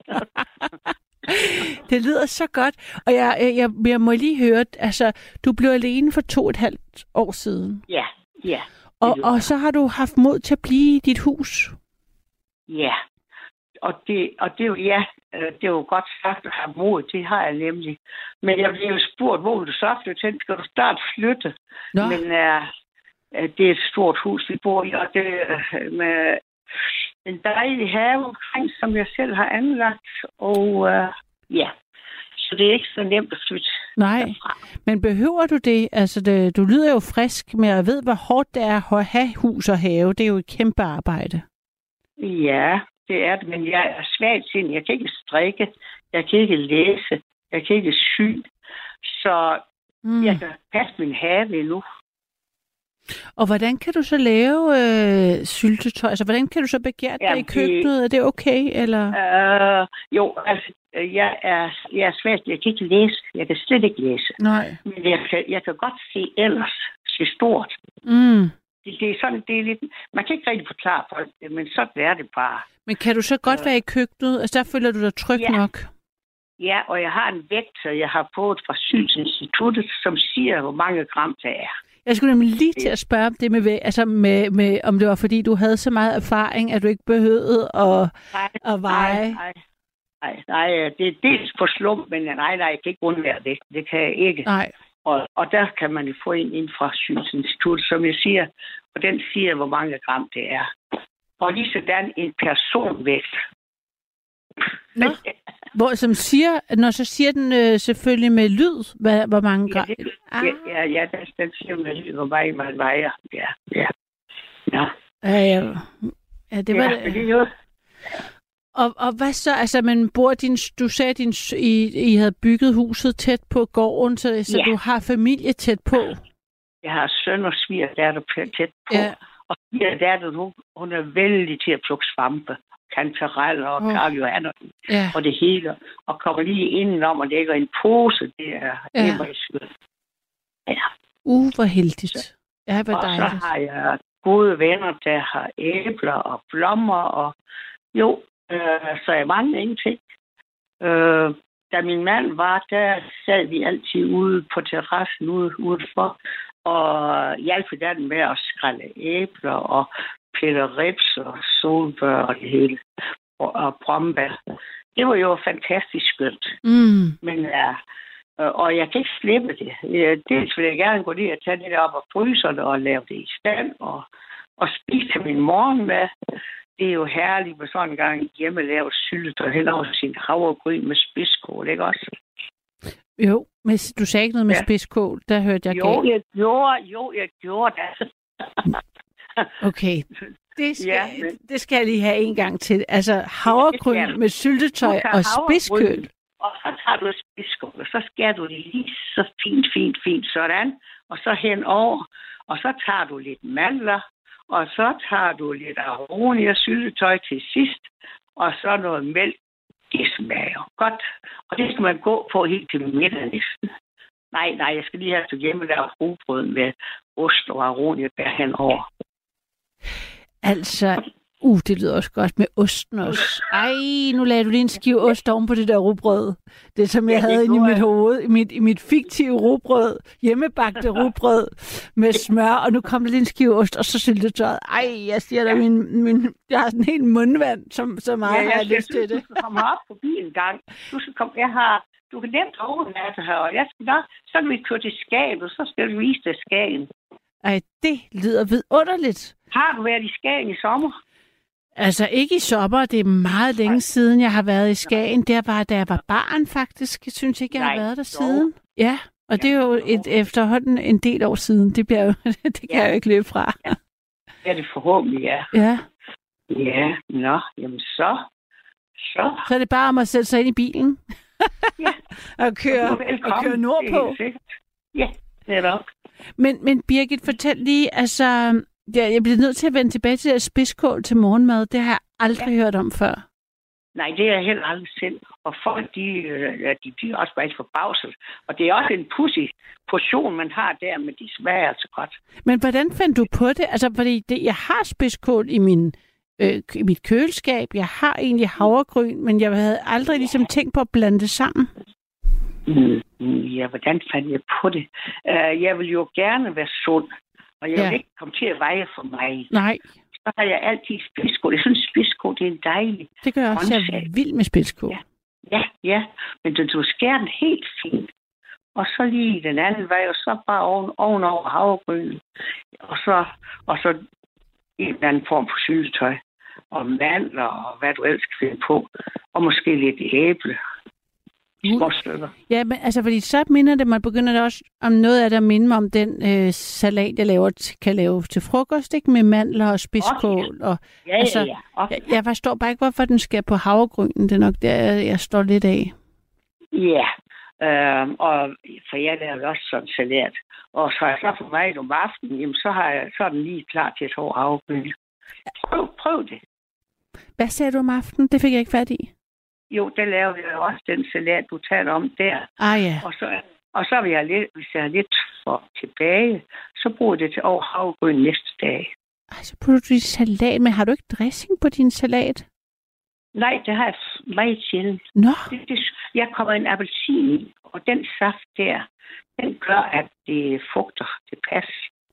Det lyder så godt. Og jeg må lige høre, altså, du blev alene for 2,5 år siden. Ja. Og så har du haft mod til at blive i dit hus. Ja. Og det er jo, det er jo godt sagt at have mod, det har jeg nemlig. Men jeg blev jo spurgt, hvor vil du så flytte hen? Skal du snart flytte? Nå. Men det er et stort hus, vi bor i, og det med en dejlig have omkring, som jeg selv har anlagt. Og så det er ikke så nemt at flytte. Nej, derfra. Men behøver du det? Altså, du lyder jo frisk, men jeg ved, hvor hårdt det er at have hus og have. Det er jo et kæmpe arbejde. Ja, det er det, men jeg er svagtsindet. Jeg kan ikke strikke, jeg kan ikke læse, jeg kan ikke sy. Så jeg kan passe min have endnu. Og hvordan kan du så lave syltetøj? Altså, hvordan kan du så begære dig i køkkenet? Er det okay, eller? Jo, altså, jeg er svært. Jeg kan ikke læse. Jeg kan slet ikke læse. Nej. Men jeg kan godt se ellers. Se stort. Det er sådan, det er lidt... Man kan ikke rigtig forklare folk det, men sådan er det bare. Men kan du så godt være i køkkenet? Altså, der føler du dig tryg nok? Ja, og jeg har en vægter, jeg har fået fra Synsinstituttet, som siger, hvor mange gram det er. Jeg skulle nemlig lige til at spørge om det med om det var, fordi du havde så meget erfaring, at du ikke behøvede at veje. Nej, det er dels på slump, men nej, jeg kan ikke undvære det. Det kan jeg ikke. Nej. Og der kan man jo få en fra Synsinstituttet, som jeg siger, og den siger, hvor mange gram det er. Og lige sådan en personvægt. Nå. Som siger, når så siger den selvfølgelig med lyd, hvor mange gram. Ja, den siger med lyd, hvor meget man vejer. Ja. Ja, det var det. Og hvad så? Altså, man bor du sagde, I havde bygget huset tæt på gården, så du har familie tæt på. Jeg har søn og svigerdatter tæt på. Ja. Og svigerdatter, hun er vældig til at plukke svampe. Kantareller og karjohanner og det hele. Og kommer lige indenom og lægger en pose. Det er meget skønt. Ja. Hvor heldigt. Ja, hvor dejligt. Og så har jeg gode venner, der har æbler og blommer, og så jeg mangler ingenting. Da min mand var, der sad vi altid ude på terrassen udenfor, og hjalp hinanden med at skrælle æbler og pille rips og solbær og det hele, og brombær. Det var jo fantastisk skønt. Men og jeg kan ikke slippe det. Dels vil jeg gerne gå ned og tage det der op og fryse det og lave det i stand og spise til min morgenmad. Det er jo herligt med sådan en gang hjemmelavet syltetøj hen over sin havregryn med spidskål, ikke også? Jo, men du sagde ikke noget med spidskål, der hørte jeg galt. Jeg gjorde det. Okay, det skal jeg lige have en gang til. Altså havregryn med syltetøj og spidskål. Og så tager du spidskål, og så skærer du det lige så fint sådan, og så henover, og så tager du lidt mandler, og så tager du lidt aroni og syltetøj til sidst, og så noget mælk. Det smager godt, og det skal man gå på helt til middag næsten. Nej, jeg skal lige have til hjemme der rugbrød med ost og aroni henover. Altså, det lyder også godt med osten også. Ej, nu lagde du lige en skive ost oven på det der rugbrød. Det som jeg havde inde i mit hoved, i mit fiktive rugbrød, hjemmebagte rugbrød med smør, og nu kom der lige en skive ost, og så syltetøjet. Ej, jeg siger dig, jeg har sådan en helt mundvand, så meget har jeg lyst til det. Du skal komme op forbi en gang. Du kan nemt overnatte her, og jeg skal nok, så kan vi køre til Skagen, og så skal du vise dig Skagen. Ej, det lyder vidunderligt. Har du været i Skagen i sommer? Altså ikke i sommer, det er meget længe siden, jeg har været i Skagen. Det var, da jeg var barn faktisk. Jeg synes ikke, jeg har været der siden. Ja, og det er jo efterhånden en del år siden. Det bliver jo, det kan jeg jo ikke løbe fra. Ja, det forhåbentlig, ja. Ja. Ja, jamen så. Så er det bare om at sætte sig ind i bilen. Ja. og køre nordpå. Ja, netop. Men Birgit, fortæl lige, altså... jeg bliver nødt til at vende tilbage til det spidskål til morgenmad. Det har jeg aldrig hørt om før. Nej, det er jeg heller aldrig selv. Og folk, de er også bare forbavset. Og det er også en pudsig portion, man har der, men de smager altså godt. Men hvordan fandt du på det? Altså, fordi jeg har spidskål i mit køleskab. Jeg har egentlig havregryn, men jeg havde aldrig ligesom tænkt på at blande det sammen. Ja, hvordan fandt jeg på det? Jeg vil jo gerne være sund. Og jeg vil ikke komme til at veje for mig. Nej. Så har jeg altid spidskål. Jeg synes, spidskål, det er en dejlig det gør jeg også. Jeg er vild med spidskål. Ja. Men du skærer den helt fint. Og så lige den anden vej, og så bare ovenover havregryn. Og så en eller anden form for syltetøj. Og mandler, og hvad du ellers kan finde på. Og måske lidt æble. Ja, men altså, fordi så minder det, man begynder det også om noget af det, minder mig om den salat, jeg kan lave til frokost, ikke? Med mandler og spidskål. Og, jeg forstår bare ikke, hvorfor den skal på havregrynen. Det er nok der, jeg står lidt af. Ja, og for jeg laver også sådan salat. Og så for mig om aftenen, jamen, så er den lige klar til at tage havregryn. Prøv det. Hvad sagde du om aftenen? Det fik jeg ikke fat i. Jo, der laver jeg også den salat, du taler om der. Ja. Og så vil jeg lidt, hvis jeg er lidt for tilbage, så bruger jeg det til over havregryn næste dag. Så putter du i salat, men har du ikke dressing på din salat? Nej, det har jeg meget sjældent. Nå. Jeg kommer en appelsin i, og den saft der, den gør, at det fugter det pas.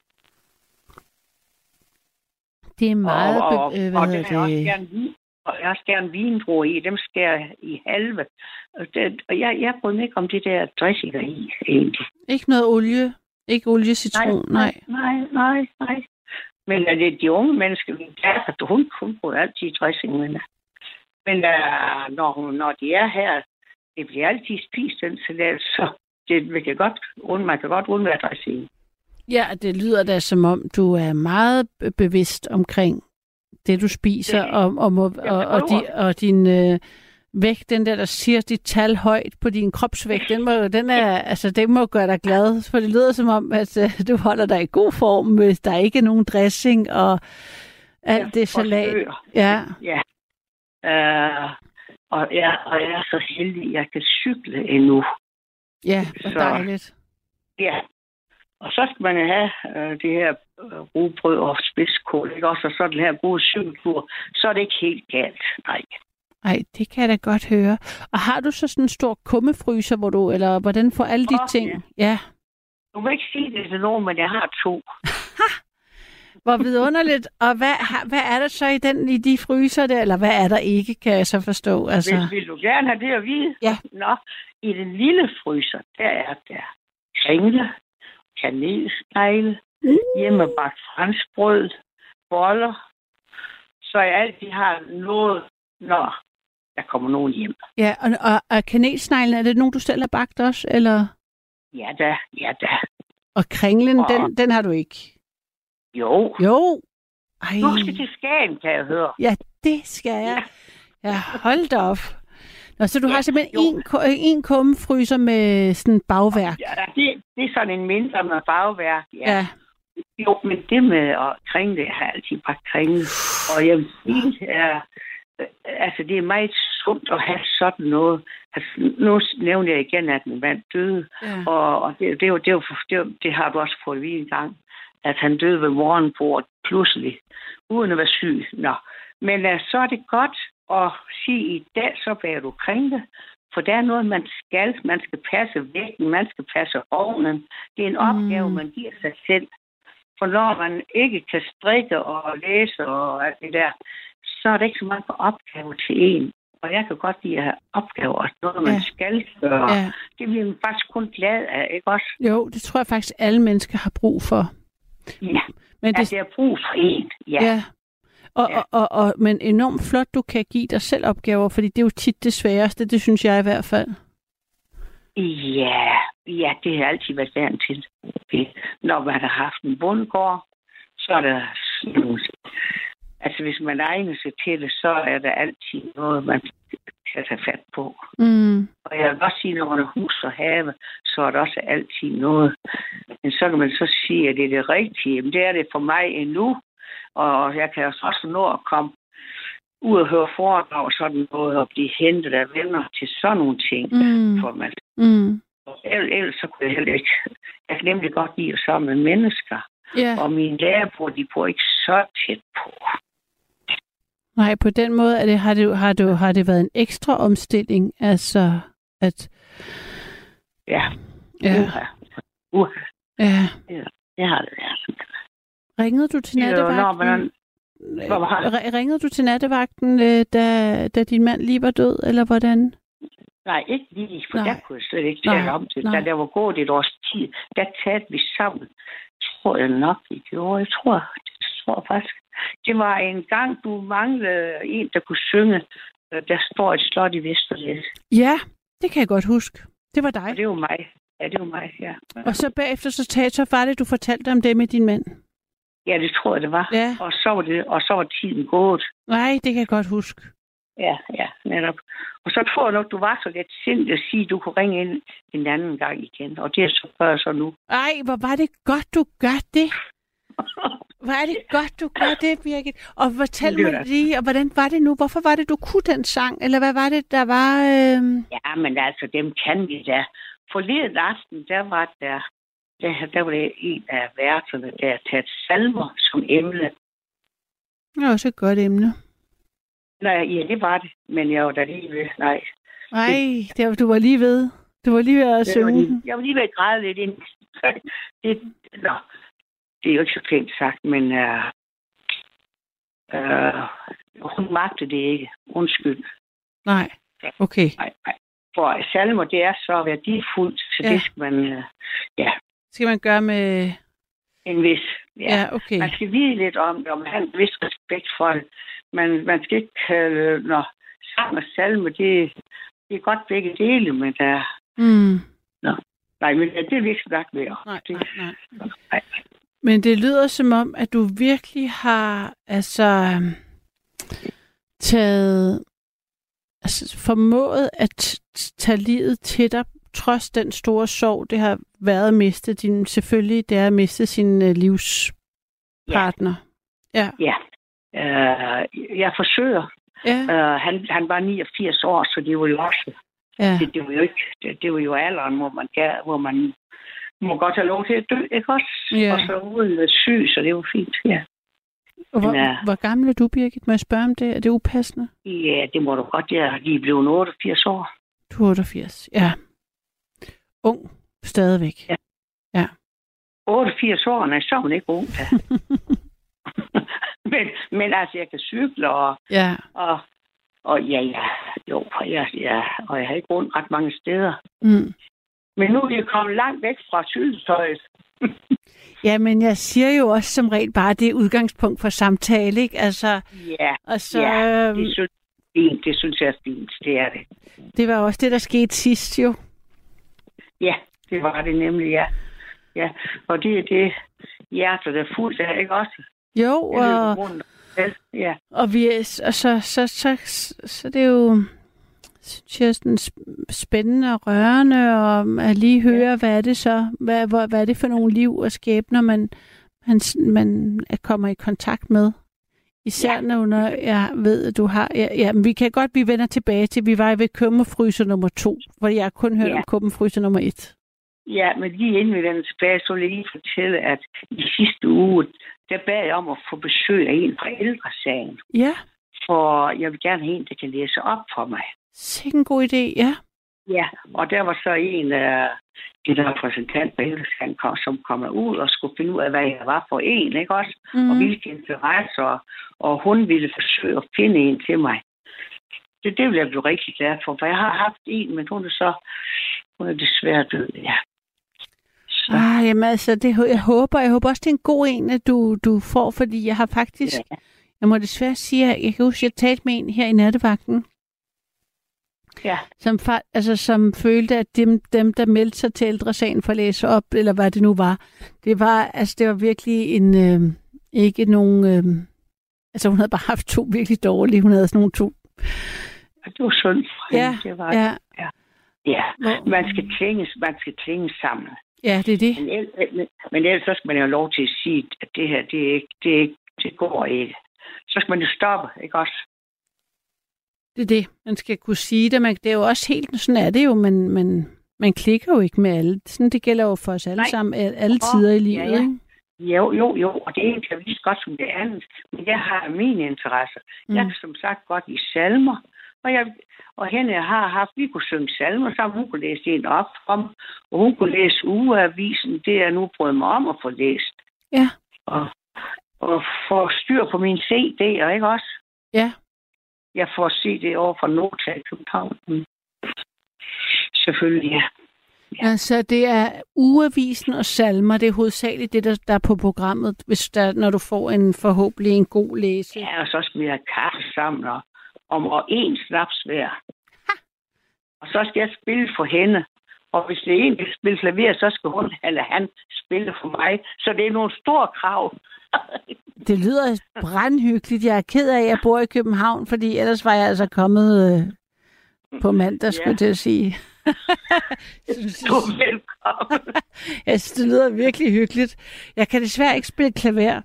Det er meget... Og den er også gerne vin. Og jeg har også gerne vindruer i. Dem skærer jeg i halve. Og jeg bryder mig ikke om det der dressinger i, egentlig. Ikke noget olie? Ikke oliecitron? Nej. Men det de unge mennesker, der hun bruger altid dressing. Men når de er her, det bliver altid spist den salat, så man kan godt undvære dressing. Ja, det lyder da som om, du er meget bevidst omkring det, du spiser, og din vægt, den der siger dit tal højt på din kropsvægt, den må gøre dig glad, for det lyder som om, at du holder dig i god form, hvis der ikke er nogen dressing, og alt det salat. Ja. Og jeg er så heldig, at jeg kan cykle endnu. Ja, hvor dejligt. Ja, Og så skal man jo have det her rugbrød og spidskål, ikke også? Og så den her gode cykeltur, så er det ikke helt galt, nej. Nej, det kan jeg da godt høre. Og har du så sådan en stor kummefryser, hvor du, eller hvordan får alle de ting? Ja. Du vil ikke sige det til nogen, men jeg har 2. Hvor vidunderligt. Og hvad er der så i de fryser der, eller hvad er der ikke, kan jeg så forstå? Altså... Vil du gerne have det at vide? Ja. Nå, i den lille fryser, der er der kringle, kanelsnegle, hjemmebagt franskbrød, boller, så jeg altid har noget, når der kommer nogen hjem. Ja, og kanelsneglen, er det nogen, du selv har bagt også, eller? Ja da. Og kringlen, den har du ikke? Jo. Ej. Du skal til Skagen, kan jeg høre. Ja, det skal jeg. Ja, hold da op. Nå, så du har simpelthen en kummefryser med sådan bagværk? Ja, det er sådan en mindre med bagværk, ja. Jo, men det med at kringle, jeg har altid bare kringle. Og jeg vil sige, det er meget sundt at have sådan noget. Altså, nu nævner jeg igen, at min mand døde, og det har du også fået at vide en gang, at han døde ved morgenbordet pludselig, uden at være syg. Nå. Men så er det godt at sige, i dag så bager du kringle, for der er noget, man skal passe vægten, man skal passe ovnen. Det er en opgave, man giver sig selv. For når man ikke kan strikke og læse og alt det der, så er det ikke så mange opgaver til en. Og jeg kan godt lide at have opgaver, og noget, man skal gøre. Ja. Det bliver man faktisk kun glad af, ikke også? Jo, det tror jeg faktisk, alle mennesker har brug for. Ja, men det er brug for en. Ja. Men enormt flot, du kan give dig selv opgaver, fordi det er jo tit det sværeste, det synes jeg i hvert fald. Ja, det har altid været vant til. Når man har haft en bondegård, så er der altså hvis man egner sig til det, så er der altid noget, man kan tage fat på. Og jeg vil også sige, når man har hus og have, så er der også altid noget. Men så kan man så sige, at det er det rigtige. Men det er det for mig endnu. Og jeg kan også nå at komme ud og høre foredrag og sådan noget, og blive hentet af venner til sådan nogle ting. For man. Ellers så kunne jeg heller ikke. Jeg kan nemlig godt lide at sammen med mennesker. Yeah. Og mine lærerbruger, de bor ikke så tæt på. Nej, på den måde har det været en ekstra omstilling, altså at... Ja. Det har det været. Ringede du til nattevagten? Ringede du til nattevagten, da din mand lige var død, eller hvordan? Nej, ikke lige, for der kunne jeg slet ikke tale om det. Da der var gået et års tid, der talte vi sammen. Tror jeg nok, vi gjorde. Jeg tror faktisk. Det var en gang, du manglede en, der kunne synge. Der står et slot i Vesterlæs. Ja, det kan jeg godt huske. Det var dig. Og det var mig. Ja, det var mig, ja. Og så bagefter så var det, du fortalte om det med din mand. Ja, det tror jeg, det var. Ja. Og så var tiden gået. Nej, det kan jeg godt huske. Ja, netop. Og så tror jeg nok, du var så lidt sindssygt at sige, at du kunne ringe ind en anden gang igen. Og det er så før så nu. Ej, hvor var det godt, du gør det. Hvor er det godt, du gør det, Birgit. Og fortæl mig lige, og hvordan var det nu? Hvorfor var det, du kunne den sang? Eller hvad var det, der var... Ja, men altså, dem kan vi da. Forleden aften, der var det en af værterne, der havde taget salmer som emne. Det er også et godt emne. Nej, ja, det var det. Men jeg var da lige ved. Nej, du var lige ved. Du var lige ved at synge. Jeg var lige ved at græde lidt ind. Det er jo ikke så pænt sagt, men hun magte det ikke. Undskyld. Nej, okay. Nej. For salmer, det er så værdifuldt, så det skal man, skal man gøre med... En vis, okay. Man skal vide lidt om det, og man har en vis respekt for det. Man skal ikke kalde, når sang og salme, det er godt begge dele, men der... Nej, men det er vi ikke snakket med. Nej. Men det lyder som om, at du virkelig har formået at tage livet til dig, trods den store sorg, det har været at miste det er at miste sin livspartner. Ja. Jeg forsøger. Ja. Han var 89 år, så det var jo også... Ja. Det var jo ikke... Det var jo alderen, hvor man må godt have lov til at dø, ikke også? Ja. Og så uden at syg, så det var fint, ja. Og hvor gammel er du, Birgit? Må jeg spørge om det? Er det upassende? Ja, det må du godt. Jeg er lige blevet 88 år. Du er 88, ja. Ung, stadigvæk. Ja. 88 år, nej, så er man ikke ung, da. men altså, jeg kan cykle, og ja, og jeg har ikke rundt ret mange steder. Mm. Men nu er jeg kommet langt væk fra syltetøjet. Ja, men jeg siger jo også som regel bare, det er udgangspunkt for samtale, ikke? Altså, ja, og så, det synes jeg er fint, det er det. Det var også det, der skete sidst, jo. Ja, det var det nemlig, ja. Ja, og det er det hjertet, der er fuldt af, ikke også? Jo, ja. Og vi er, så det er jo, synes jeg, sådan spændende og rørende, og at lige høre, hvad er det så, hvad er det for nogle liv og skæbner, man kommer i kontakt med. Især når jeg ved, at du har... Ja, vi kan godt, vi vender tilbage til, vi var ved kummerfryser nummer 2, hvor jeg har kun hørt om kummerfryser nummer 1. Ja, men lige inden vi vender tilbage, så vil jeg lige fortælle, at i sidste uge, der bad jeg om at få besøg af en fra ældresagen. Ja. For jeg vil gerne have en, der kan læse op for mig. Sikke en god idé, ja. Ja, og der var så en repræsentant på ældresagen, som kom ud og skulle finde ud af, hvad jeg var for en, ikke også? Og hvilke interesser, og hun ville forsøge at finde en til mig. Det vil jeg blive rigtig glad for jeg har haft en, men hun er desværre død, ja. Jamen altså, jeg håber også, det er en god en, at du får, fordi jeg har faktisk, jeg må desværre sige, at jeg kan huske, at jeg talte med en her i nattevagten, som følte, at dem, der meldte sig til ældresagen for at læse op, eller hvad det nu var, det var virkelig ikke nogen, hun havde bare haft 2 virkelig dårlige, hun havde sådan nogle 2. Det var sundt. Det var ja. Ja, man skal tvinges sammen. Ja, det er det. Men ellers så skal man jo have lov til at sige, at det her, det går ikke. Så skal man jo stoppe, ikke også? Det er det. Man skal kunne sige det. Det er jo også helt, sådan er det jo, men man klikker jo ikke med alle. Sådan, det gælder jo for os alle sammen, alle tider i livet, ikke? Jo, og det ene kan lige så godt som det andet. Men jeg har mine interesser. Jeg kan som sagt godt lide salmer, og hende jeg har haft, vi kunne synge salmer sammen, hun kunne læse en op om, og hun kunne læse ugeavisen, det er nu prøvet mig om at få læst. Ja. Og få styr på mine CD'er, ikke også? Ja. Jeg får CD over fra Nota i København. Selvfølgelig, ja. Altså, det er ugeavisen og salmer, det er hovedsageligt det, der er på programmet, når du får forhåbentlig en god læse. Ja, og så skal vi have kaffe sammen, og en snaps hver. Og så skal jeg spille for hende. Og hvis det er en, der skal spille klaver, så skal hun eller han spille for mig. Så det er nogle store krav. Det lyder brandhyggeligt. Jeg er ked af, at jeg bor i København, fordi ellers var jeg altså kommet på mandag, skulle jeg til at sige. Du er velkommen. Jeg synes, det lyder virkelig hyggeligt. Jeg kan desværre ikke spille klaver.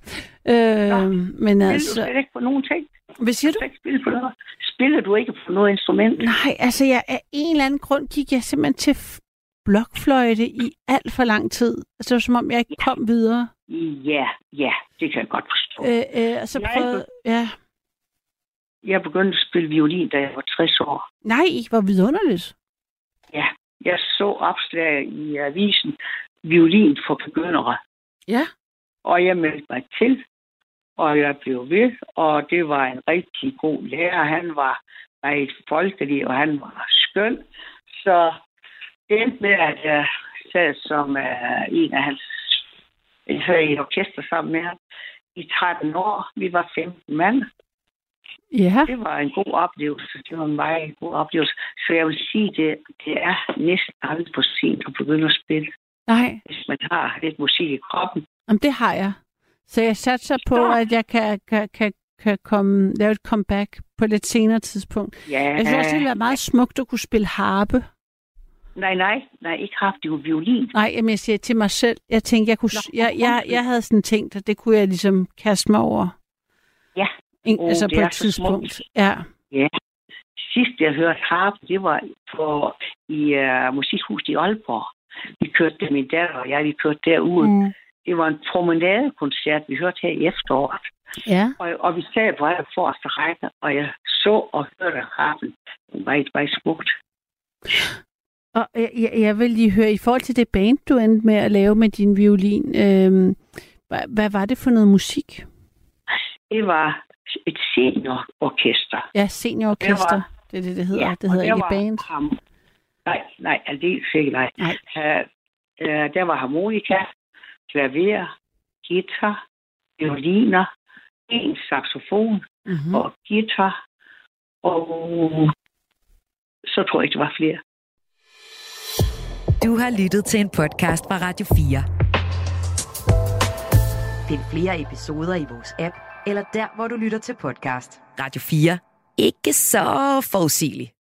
Men altså... Du ikke på nogen ting? Hvad siger du? Spiller du ikke på noget instrument? Nej, altså af en eller anden grund gik jeg simpelthen til blokfløjte i alt for lang tid. Altså det var som om, jeg ikke kom videre. Ja, det kan jeg godt forstå. Og så prøvede... Jeg begyndte at spille violin, da jeg var 60 år. Nej, hvor vidunderligt. Ja, jeg så opslag i avisen violin for begyndere. Ja. Og jeg meldte mig til, og jeg blev ved, og det var en rigtig god lærer. Han var meget folkelig, og han var skøn. Så det endte med, at jeg sad som en af hans... Jeg sad i et orkester sammen med ham i 13 år. Vi var 15 mand. Ja. Det var en god oplevelse. Det var en meget god oplevelse. Så jeg vil sige, det er næsten aldrig for sent at begynde at spille. Nej. Hvis man har lidt musik i kroppen. Jamen, det har jeg. Så jeg satser på, at jeg kan lave et comeback på et lidt senere tidspunkt. Ja. Jeg synes også, det ville være meget smukt at kunne spille harpe. Nej, ikke harpe, det var violin. Nej, jamen, jeg siger til mig selv. Jeg tænkte, jeg havde sådan tænkt, at det kunne jeg ligesom kaste mig over. Ja. Altså på et tidspunkt. Smukt. Ja. Sidst jeg hørte harpe, det var i musikhuset i Aalborg. Vi kørte det, min datter og jeg, vi kørte derud. Mm. Det var en promenadekoncert, vi hørte her i efteråret. Ja. Og vi sad på her forreste række, og jeg så og hørte harpen. Det var smukt. Og jeg vil lige høre, i forhold til det band, du endte med at lave med din violin, hvad var det for noget musik? Det var et seniororkester. Ja, seniororkester. Det er det hedder. Ja, det hedder ikke band. Nej, aldeles ikke. Nej. Der var harmonika, klaver, guitar, violiner, en saxofon og guitar. Og så tror jeg ikke, det var flere. Du har lyttet til en podcast fra Radio 4. Find flere episoder i vores app, eller der, hvor du lytter til podcast. Radio 4. Ikke så forudsigeligt.